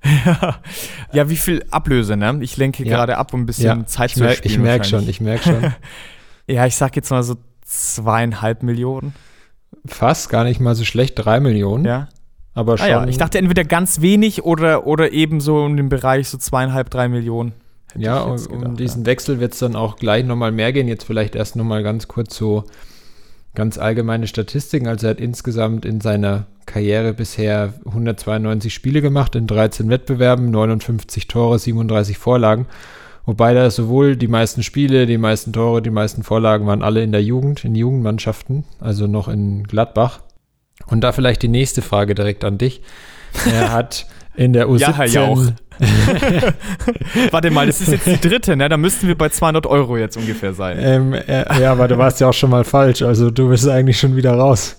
Ja, wie viel Ablöse, ne? Ich lenke gerade ab, um ein bisschen Zeit zu spielen. Ich merke schon. Ja, ich sag jetzt mal so 2,5 Millionen. Fast, gar nicht mal so schlecht, 3 Millionen. Ja. Aber schon. Ja. Ich dachte entweder ganz wenig oder eben so in dem Bereich so 2,5, 3 Millionen. Ja, um diesen Wechsel wird es dann auch gleich nochmal mehr gehen. Jetzt vielleicht erst nochmal ganz kurz so ganz allgemeine Statistiken. Also er hat insgesamt in seiner Karriere bisher 192 Spiele gemacht, in 13 Wettbewerben, 59 Tore, 37 Vorlagen. Wobei da sowohl die meisten Spiele, die meisten Tore, die meisten Vorlagen waren alle in der Jugend, in Jugendmannschaften, also noch in Gladbach. Und da vielleicht die nächste Frage direkt an dich. Er hat in der U17... Ja, Herr Jauch. Warte mal, das ist jetzt die dritte, ne? Da müssten wir bei 200 € jetzt ungefähr sein. Ja, aber du warst ja auch schon mal falsch, also du bist eigentlich schon wieder raus.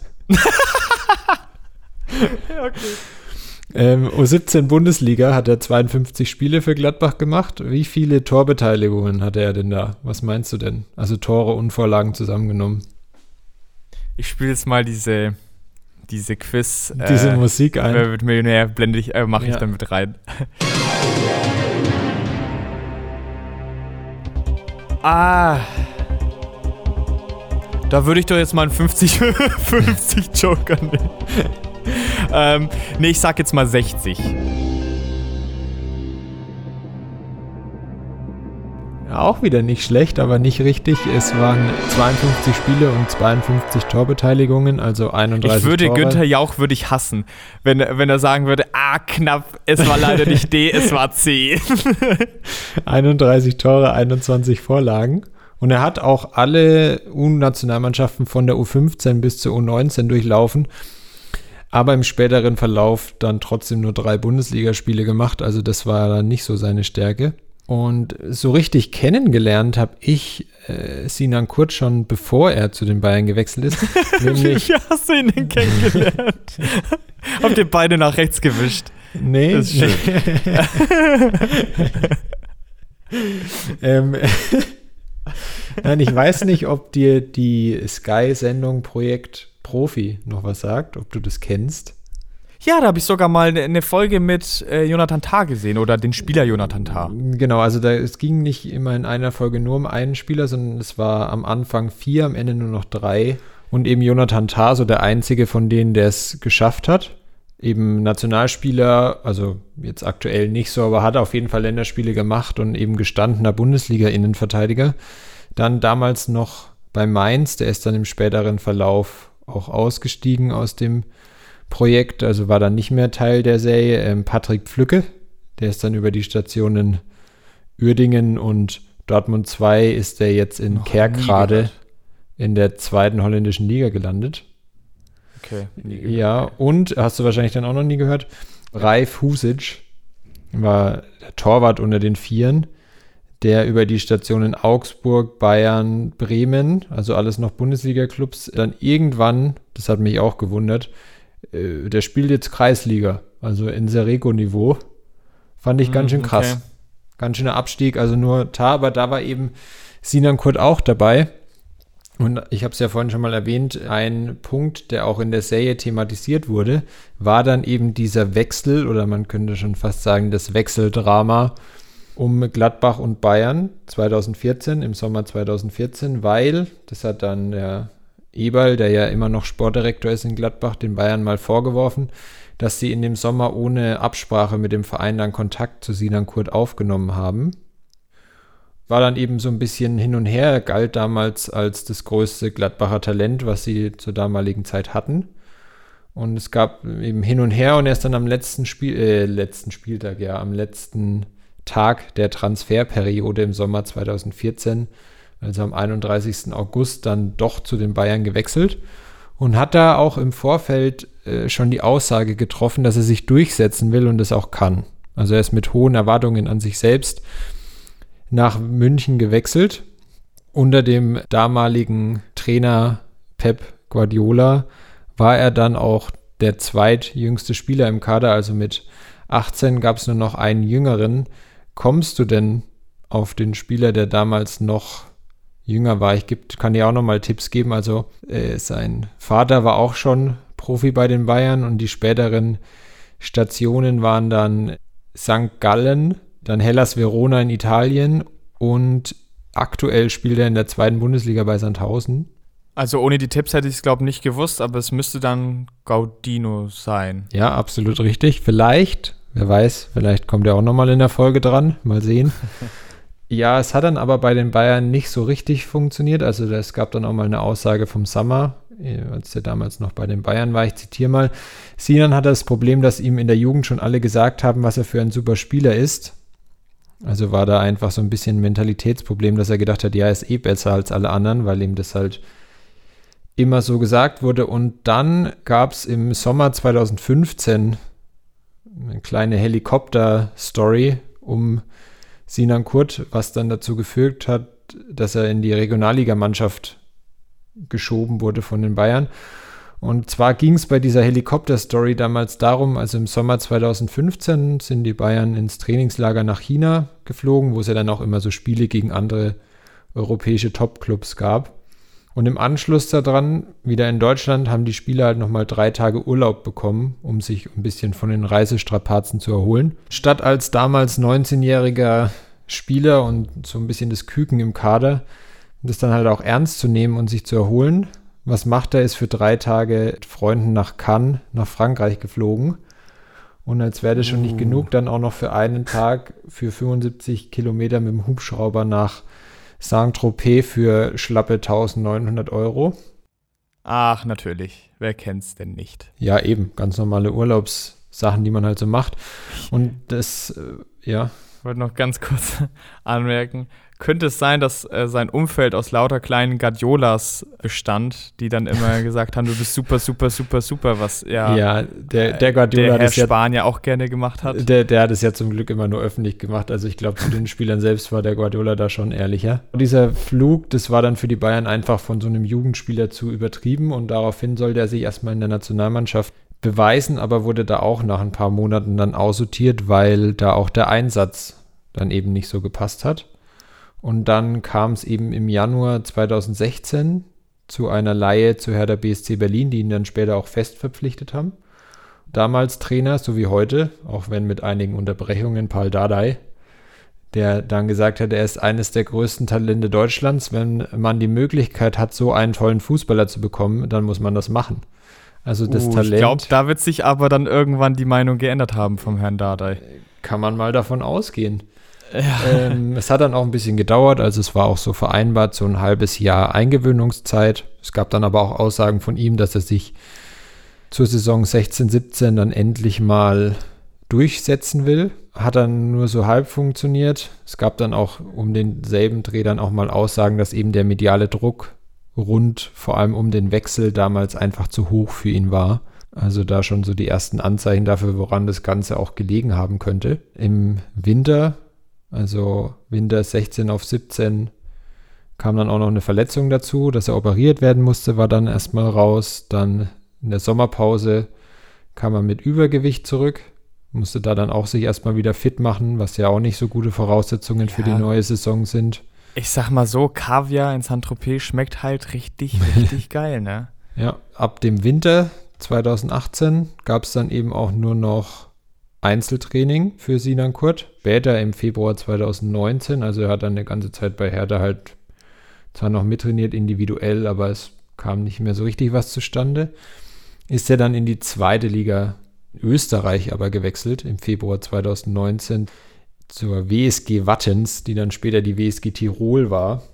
Ja, okay. U17 Bundesliga hat er 52 Spiele für Gladbach gemacht. Wie viele Torbeteiligungen hatte er denn da? Was meinst du denn? Also Tore und Vorlagen zusammengenommen. Ich spiele jetzt mal diese Quiz. Diese Musik ein. Wer wird Millionär, mache ich dann mit rein. Da würde ich doch jetzt mal einen 50 Joker nehmen. Ich sag jetzt mal 60. Ja, auch wieder nicht schlecht, aber nicht richtig. Es waren 52 Spiele und 52 Torbeteiligungen, also 31 Tore. Günther Jauch würde ich hassen, wenn er sagen würde, knapp, es war leider nicht D, es war C. 31 Tore, 21 Vorlagen. Und er hat auch alle U-Nationalmannschaften von der U15 bis zur U19 durchlaufen. Aber im späteren Verlauf dann trotzdem nur 3 Bundesligaspiele gemacht. Also das war dann nicht so seine Stärke. Und so richtig kennengelernt habe ich Sinan Kurt schon, bevor er zu den Bayern gewechselt ist. Nämlich, wie hast du ihn denn kennengelernt? Habt ihr beide nach rechts gewischt? Nee. Das ist schön. Nein, ich weiß nicht, ob dir die Sky-Sendung Projekt Profi noch was sagt, ob du das kennst. Ja, da habe ich sogar mal eine Folge mit Jonathan Tah gesehen oder den Spieler Jonathan Tah. Genau, also es ging nicht immer in einer Folge nur um einen Spieler, sondern es war am Anfang 4, am Ende nur noch 3 und eben Jonathan Tah, so der einzige von denen, der es geschafft hat. Eben Nationalspieler, also jetzt aktuell nicht so, aber hat auf jeden Fall Länderspiele gemacht und eben gestandener Bundesliga-Innenverteidiger. Dann damals noch bei Mainz, der ist dann im späteren Verlauf auch ausgestiegen aus dem Projekt, also war dann nicht mehr Teil der Serie. Patrick Pflücke, der ist dann über die Stationen Uerdingen und Dortmund 2 ist der jetzt in Kerkrade in der 2. holländischen Liga gelandet. Okay. Ja, und, hast du wahrscheinlich dann auch noch nie gehört, Ralf Husic war der Torwart unter den Vieren, der über die Stationen Augsburg, Bayern, Bremen, also alles noch Bundesliga-Clubs, dann irgendwann, das hat mich auch gewundert, der spielt jetzt Kreisliga, also in Serrego-Niveau. Fand ich ganz schön krass. Okay. Ganz schöner Abstieg, also nur aber da war eben Sinan Kurt auch dabei. Und ich habe es ja vorhin schon mal erwähnt, ein Punkt, der auch in der Serie thematisiert wurde, war dann eben dieser Wechsel, oder man könnte schon fast sagen, das Wechseldrama um Gladbach und Bayern 2014, im Sommer 2014, weil, das hat dann der Eberl, der ja immer noch Sportdirektor ist in Gladbach, den Bayern mal vorgeworfen, dass sie in dem Sommer ohne Absprache mit dem Verein dann Kontakt zu Sinan Kurt aufgenommen haben. War dann eben so ein bisschen hin und her, galt damals als das größte Gladbacher Talent, was sie zur damaligen Zeit hatten. Und es gab eben hin und her und erst dann am letzten Tag der Transferperiode im Sommer 2014, also am 31. August, dann doch zu den Bayern gewechselt und hat da auch im Vorfeld schon die Aussage getroffen, dass er sich durchsetzen will und das auch kann. Also er ist mit hohen Erwartungen an sich selbst nach München gewechselt. Unter dem damaligen Trainer Pep Guardiola war er dann auch der zweitjüngste Spieler im Kader, also mit 18 gab es nur noch einen jüngeren. Kommst du denn auf den Spieler, der damals noch jünger war? Kann dir auch noch mal Tipps geben. Also sein Vater war auch schon Profi bei den Bayern und die späteren Stationen waren dann St. Gallen, dann Hellas Verona in Italien und aktuell spielt er in der 2. Bundesliga bei Sandhausen. Also ohne die Tipps hätte ich es, glaube ich, nicht gewusst, aber es müsste dann Gaudino sein. Ja, absolut richtig. Vielleicht, wer weiß, vielleicht kommt er auch nochmal in der Folge dran. Mal sehen. Ja, es hat dann aber bei den Bayern nicht so richtig funktioniert. Also es gab dann auch mal eine Aussage vom Sammer, als er damals noch bei den Bayern war. Ich zitiere mal. Sinan hatte das Problem, dass ihm in der Jugend schon alle gesagt haben, was er für ein super Spieler ist. Also war da einfach so ein bisschen ein Mentalitätsproblem, dass er gedacht hat, ja, er ist eh besser als alle anderen, weil ihm das halt immer so gesagt wurde. Und dann gab es im Sommer 2015 eine kleine Helikopter-Story um Sinan Kurt, was dann dazu geführt hat, dass er in die Regionalligamannschaft geschoben wurde von den Bayern. Und zwar ging es bei dieser Helikopter-Story damals darum, also im Sommer 2015 sind die Bayern ins Trainingslager nach China geflogen, wo es ja dann auch immer so Spiele gegen andere europäische Top-Clubs gab. Und im Anschluss daran, wieder in Deutschland, haben die Spieler halt nochmal 3 Tage Urlaub bekommen, um sich ein bisschen von den Reisestrapazen zu erholen. Statt als damals 19-jähriger Spieler und so ein bisschen das Küken im Kader, das dann halt auch ernst zu nehmen und sich zu erholen. Was macht er? Ist für 3 Tage mit Freunden nach Cannes, nach Frankreich geflogen. Und als wäre das schon nicht genug, dann auch noch für einen Tag für 75 Kilometer mit dem Hubschrauber nach Saint-Tropez für schlappe 1.900 €. Ach, natürlich. Wer kennt's denn nicht? Ja, eben. Ganz normale Urlaubssachen, die man halt so macht. Und das, ja. Ich wollte noch ganz kurz anmerken, könnte es sein, dass sein Umfeld aus lauter kleinen Guardiolas bestand, die dann immer gesagt haben, du bist super, super, super, super, was der Guardiola, der Herr Spahn ja auch gerne gemacht hat. Der hat es ja zum Glück immer nur öffentlich gemacht. Also ich glaube, zu den Spielern selbst war der Guardiola da schon ehrlicher. Und dieser Flug, das war dann für die Bayern einfach von so einem Jugendspieler zu übertrieben und daraufhin sollte er sich erstmal in der Nationalmannschaft beweisen, aber wurde da auch nach ein paar Monaten dann aussortiert, weil da auch der Einsatz dann eben nicht so gepasst hat. Und dann kam es eben im Januar 2016 zu einer Leihe zu Hertha BSC Berlin, die ihn dann später auch fest verpflichtet haben. Damals Trainer, so wie heute, auch wenn mit einigen Unterbrechungen, Paul Dardai, der dann gesagt hat, er ist eines der größten Talente Deutschlands. Wenn man die Möglichkeit hat, so einen tollen Fußballer zu bekommen, dann muss man das machen. Also das Talent. Ich glaube, da wird sich aber dann irgendwann die Meinung geändert haben vom Herrn Dardai. Kann man mal davon ausgehen. Ja. Es hat dann auch ein bisschen gedauert, also es war auch so vereinbart, so ein halbes Jahr Eingewöhnungszeit. Es gab dann aber auch Aussagen von ihm, dass er sich zur Saison 16/17 dann endlich mal durchsetzen will. Hat dann nur so halb funktioniert. Es gab dann auch um denselben Dreh dann auch mal Aussagen, dass eben der mediale Druck vor allem um den Wechsel damals einfach zu hoch für ihn war. Also da schon so die ersten Anzeichen dafür, woran das Ganze auch gelegen haben könnte. Im Winter, also Winter 16 auf 17, kam dann auch noch eine Verletzung dazu, dass er operiert werden musste, war dann erstmal raus. Dann in der Sommerpause kam er mit Übergewicht zurück, musste da dann auch sich erstmal wieder fit machen, was ja auch nicht so gute Voraussetzungen für die neue Saison sind. Ich sag mal so, Kaviar in Saint-Tropez schmeckt halt richtig, richtig geil, ne? Ja, ab dem Winter 2018 gab es dann eben auch nur noch Einzeltraining für Sinan Kurt. Später im Februar 2019, also er hat dann eine ganze Zeit bei Hertha halt zwar noch mittrainiert individuell, aber es kam nicht mehr so richtig was zustande. Ist er dann in die zweite Liga Österreich aber gewechselt im Februar 2019 zur WSG Wattens, die dann später die WSG Tirol war.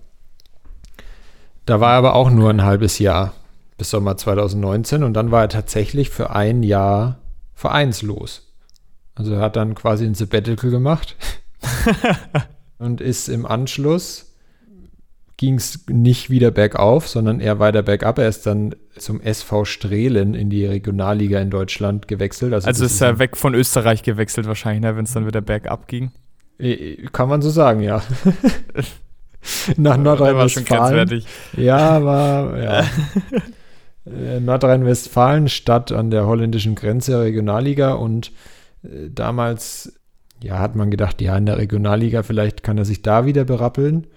Da war er aber auch nur ein halbes Jahr bis Sommer 2019 und dann war er tatsächlich für ein Jahr vereinslos. Also er hat dann quasi ein Sabbatical gemacht und ist im Anschluss, ging es nicht wieder bergauf, sondern eher weiter bergab. Er ist dann zum SV Strehlen in die Regionalliga in Deutschland gewechselt. Also ist er weg von Österreich gewechselt wahrscheinlich, ne, wenn es dann wieder bergab ging? Kann man so sagen, ja. Nach Nordrhein-Westfalen. Ja. Nordrhein-Westfalen, Stadt an der holländischen Grenze, Regionalliga, und damals hat man gedacht, in der Regionalliga, vielleicht kann er sich da wieder berappeln.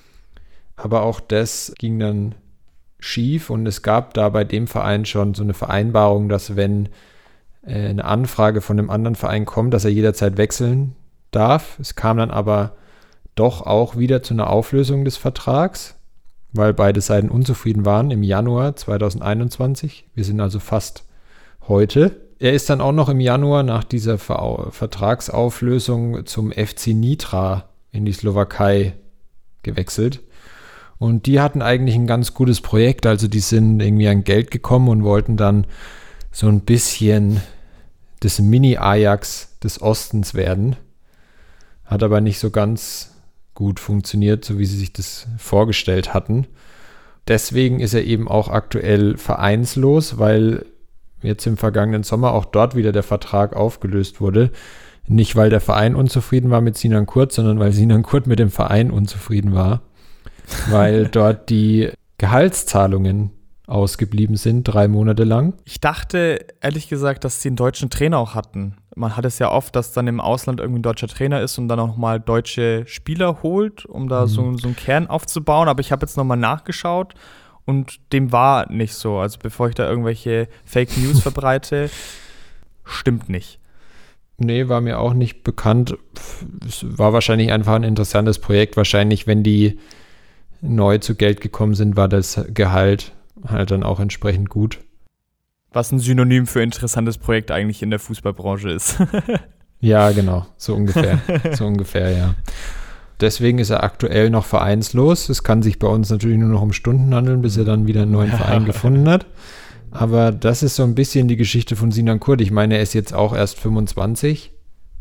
Aber auch das ging dann schief und es gab da bei dem Verein schon so eine Vereinbarung, dass wenn eine Anfrage von einem anderen Verein kommt, dass er jederzeit wechseln darf. Es kam dann aber doch auch wieder zu einer Auflösung des Vertrags, weil beide Seiten unzufrieden waren im Januar 2021. Wir sind also fast heute. Er ist dann auch noch im Januar nach dieser Vertragsauflösung zum FC Nitra in die Slowakei gewechselt. Und die hatten eigentlich ein ganz gutes Projekt. Also die sind irgendwie an Geld gekommen und wollten dann so ein bisschen das Mini-Ajax des Ostens werden. Hat aber nicht so ganz gut funktioniert, so wie sie sich das vorgestellt hatten. Deswegen ist er eben auch aktuell vereinslos, weil jetzt im vergangenen Sommer auch dort wieder der Vertrag aufgelöst wurde. Nicht, weil der Verein unzufrieden war mit Sinan Kurt, sondern weil Sinan Kurt mit dem Verein unzufrieden war. Weil dort die Gehaltszahlungen ausgeblieben sind, 3 Monate lang. Ich dachte, ehrlich gesagt, dass sie einen deutschen Trainer auch hatten. Man hat es ja oft, dass dann im Ausland irgendwie ein deutscher Trainer ist und dann auch mal deutsche Spieler holt, um da so einen Kern aufzubauen. Aber ich habe jetzt nochmal nachgeschaut und dem war nicht so. Also bevor ich da irgendwelche Fake News verbreite, stimmt nicht. Nee, war mir auch nicht bekannt. Es war wahrscheinlich einfach ein interessantes Projekt. Wahrscheinlich, wenn die neu zu Geld gekommen sind, war das Gehalt halt dann auch entsprechend gut. Was ein Synonym für interessantes Projekt eigentlich in der Fußballbranche ist. Ja, genau, so ungefähr, ja. Deswegen ist er aktuell noch vereinslos. Es kann sich bei uns natürlich nur noch um Stunden handeln, bis er dann wieder einen neuen Verein gefunden hat. Aber das ist so ein bisschen die Geschichte von Sinan Kurt. Ich meine, er ist jetzt auch erst 25.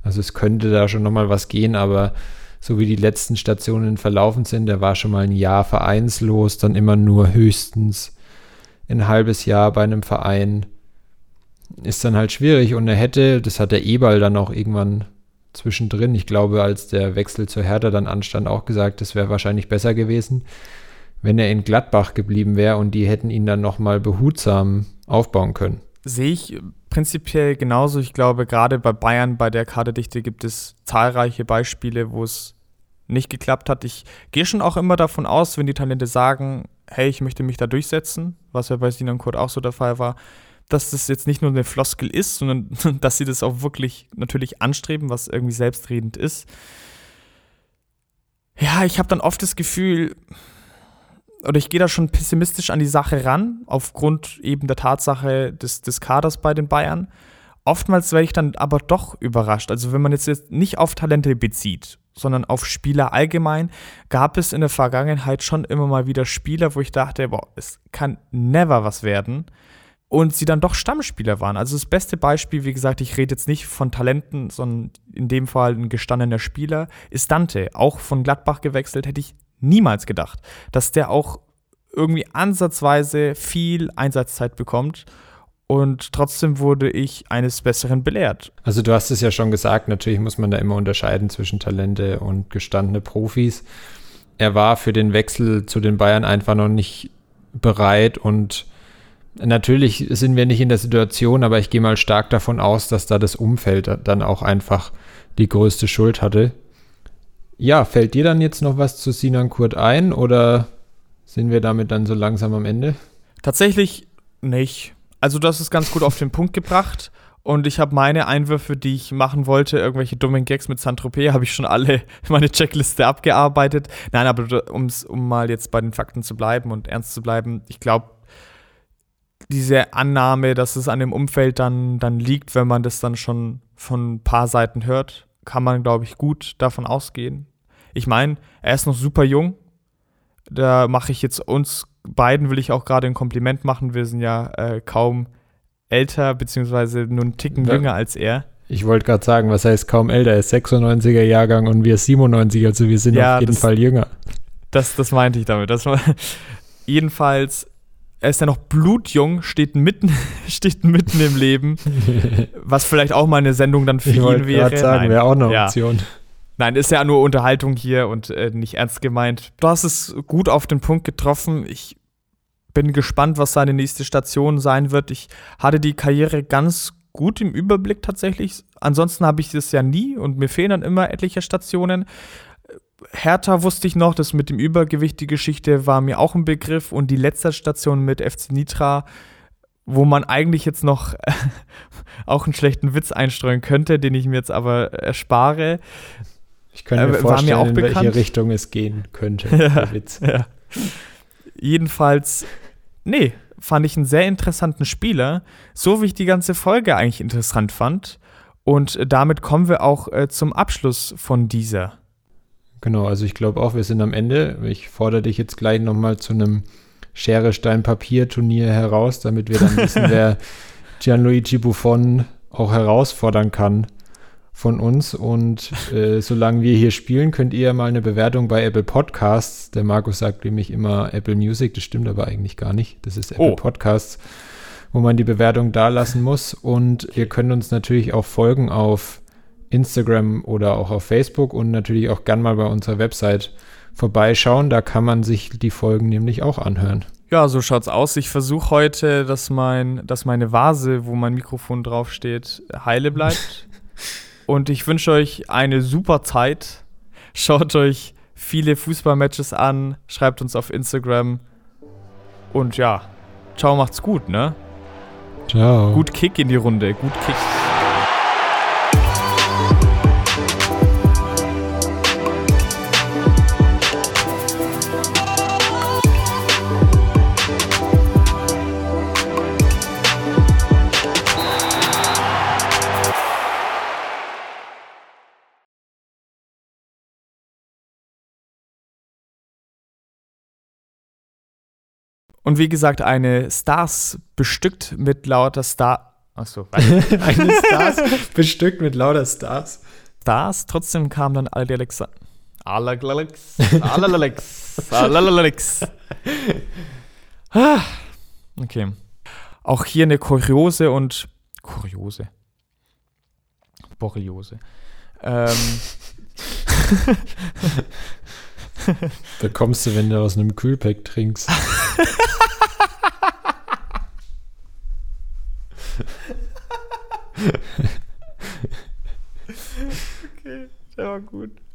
Also es könnte da schon nochmal was gehen, aber so wie die letzten Stationen verlaufen sind, der war schon mal ein Jahr vereinslos, dann immer nur höchstens ein halbes Jahr bei einem Verein. Ist dann halt schwierig und er hätte, das hat der Eberl dann auch irgendwann zwischendrin, ich glaube, als der Wechsel zur Hertha dann anstand, auch gesagt, das wäre wahrscheinlich besser gewesen, wenn er in Gladbach geblieben wäre und die hätten ihn dann nochmal behutsam aufbauen können. Sehe ich prinzipiell genauso. Ich glaube, gerade bei Bayern, bei der Kaderdichte gibt es zahlreiche Beispiele, wo es nicht geklappt hat. Ich gehe schon auch immer davon aus, wenn die Talente sagen, hey, ich möchte mich da durchsetzen, was ja bei Sinan Kurt auch so der Fall war, dass das jetzt nicht nur eine Floskel ist, sondern dass sie das auch wirklich natürlich anstreben, was irgendwie selbstredend ist. Ja, ich habe dann oft das Gefühl, oder ich gehe da schon pessimistisch an die Sache ran, aufgrund eben der Tatsache des Kaders bei den Bayern. Oftmals werde ich dann aber doch überrascht. Also wenn man jetzt nicht auf Talente bezieht, sondern auf Spieler allgemein, gab es in der Vergangenheit schon immer mal wieder Spieler, wo ich dachte, boah, es kann never was werden. Und sie dann doch Stammspieler waren. Also das beste Beispiel, wie gesagt, ich rede jetzt nicht von Talenten, sondern in dem Fall ein gestandener Spieler, ist Dante. Auch von Gladbach gewechselt, hätte ich niemals gedacht, dass der auch irgendwie ansatzweise viel Einsatzzeit bekommt. Und trotzdem wurde ich eines Besseren belehrt. Also du hast es ja schon gesagt, natürlich muss man da immer unterscheiden zwischen Talente und gestandene Profis. Er war für den Wechsel zu den Bayern einfach noch nicht bereit und natürlich sind wir nicht in der Situation, aber ich gehe mal stark davon aus, dass da das Umfeld dann auch einfach die größte Schuld hatte. Ja, fällt dir dann jetzt noch was zu Sinan Kurt ein oder sind wir damit dann so langsam am Ende? Tatsächlich nicht. Also du hast es ganz gut auf den Punkt gebracht und ich habe meine Einwürfe, die ich machen wollte, irgendwelche dummen Gags mit Saint-Tropez, habe ich schon alle meine Checkliste abgearbeitet. Nein, aber um mal jetzt bei den Fakten zu bleiben und ernst zu bleiben, ich glaube, diese Annahme, dass es an dem Umfeld dann liegt, wenn man das dann schon von ein paar Seiten hört, kann man, glaube ich, gut davon ausgehen. Ich meine, er ist noch super jung. Da mache ich jetzt uns beiden, will ich auch gerade ein Kompliment machen. Wir sind ja kaum älter, beziehungsweise nur einen Ticken jünger als er. Ich wollte gerade sagen, was heißt kaum älter? Er ist 96er Jahrgang und wir 97, also wir sind auf jeden Fall jünger. Das meinte ich damit. Jedenfalls, er ist ja noch blutjung, steht mitten im Leben, was vielleicht auch mal eine Sendung dann für ihn wäre. Ich wollte sagen, wäre auch eine Option. Nein, ist ja nur Unterhaltung hier und nicht ernst gemeint. Du hast es gut auf den Punkt getroffen. Ich bin gespannt, was seine nächste Station sein wird. Ich hatte die Karriere ganz gut im Überblick tatsächlich. Ansonsten habe ich das ja nie und mir fehlen dann immer etliche Stationen. Hertha wusste ich noch, das mit dem Übergewicht, die Geschichte war mir auch ein Begriff und die letzte Station mit FC Nitra, wo man eigentlich jetzt noch auch einen schlechten Witz einstreuen könnte, den ich mir jetzt aber erspare. Ich könnte mir vorstellen, in welche Richtung es gehen könnte, der Witz. Ja. Jedenfalls, fand ich einen sehr interessanten Spieler, so wie ich die ganze Folge eigentlich interessant fand. Und damit kommen wir auch zum Abschluss von dieser. Genau, also ich glaube auch, wir sind am Ende. Ich fordere dich jetzt gleich nochmal zu einem Schere-Stein-Papier-Turnier heraus, damit wir dann wissen, wer Gianluigi Buffon auch herausfordern kann von uns. Und solange wir hier spielen, könnt ihr mal eine Bewertung bei Apple Podcasts. Der Markus sagt nämlich immer Apple Music, das stimmt aber eigentlich gar nicht. Das ist Apple Podcasts, wo man die Bewertung da lassen muss. Und ihr könnt uns natürlich auch folgen auf Instagram oder auch auf Facebook und natürlich auch gern mal bei unserer Website vorbeischauen. Da kann man sich die Folgen nämlich auch anhören. Ja, so schaut's aus. Ich versuche heute, dass meine Vase, wo mein Mikrofon draufsteht, heile bleibt. Und ich wünsche euch eine super Zeit. Schaut euch viele Fußballmatches an, schreibt uns auf Instagram. Und ja, ciao, macht's gut, ne? Ciao. Gut Kick in die Runde, gut Kick. Und wie gesagt, eine Stars bestückt mit lauter Achso. Eine Stars bestückt mit lauter Stars. Stars, trotzdem kam dann Alex. Okay. Auch hier eine Kuriose. Borreliose. Bekommst du, wenn du aus einem Kühlpack trinkst. Okay, der war gut.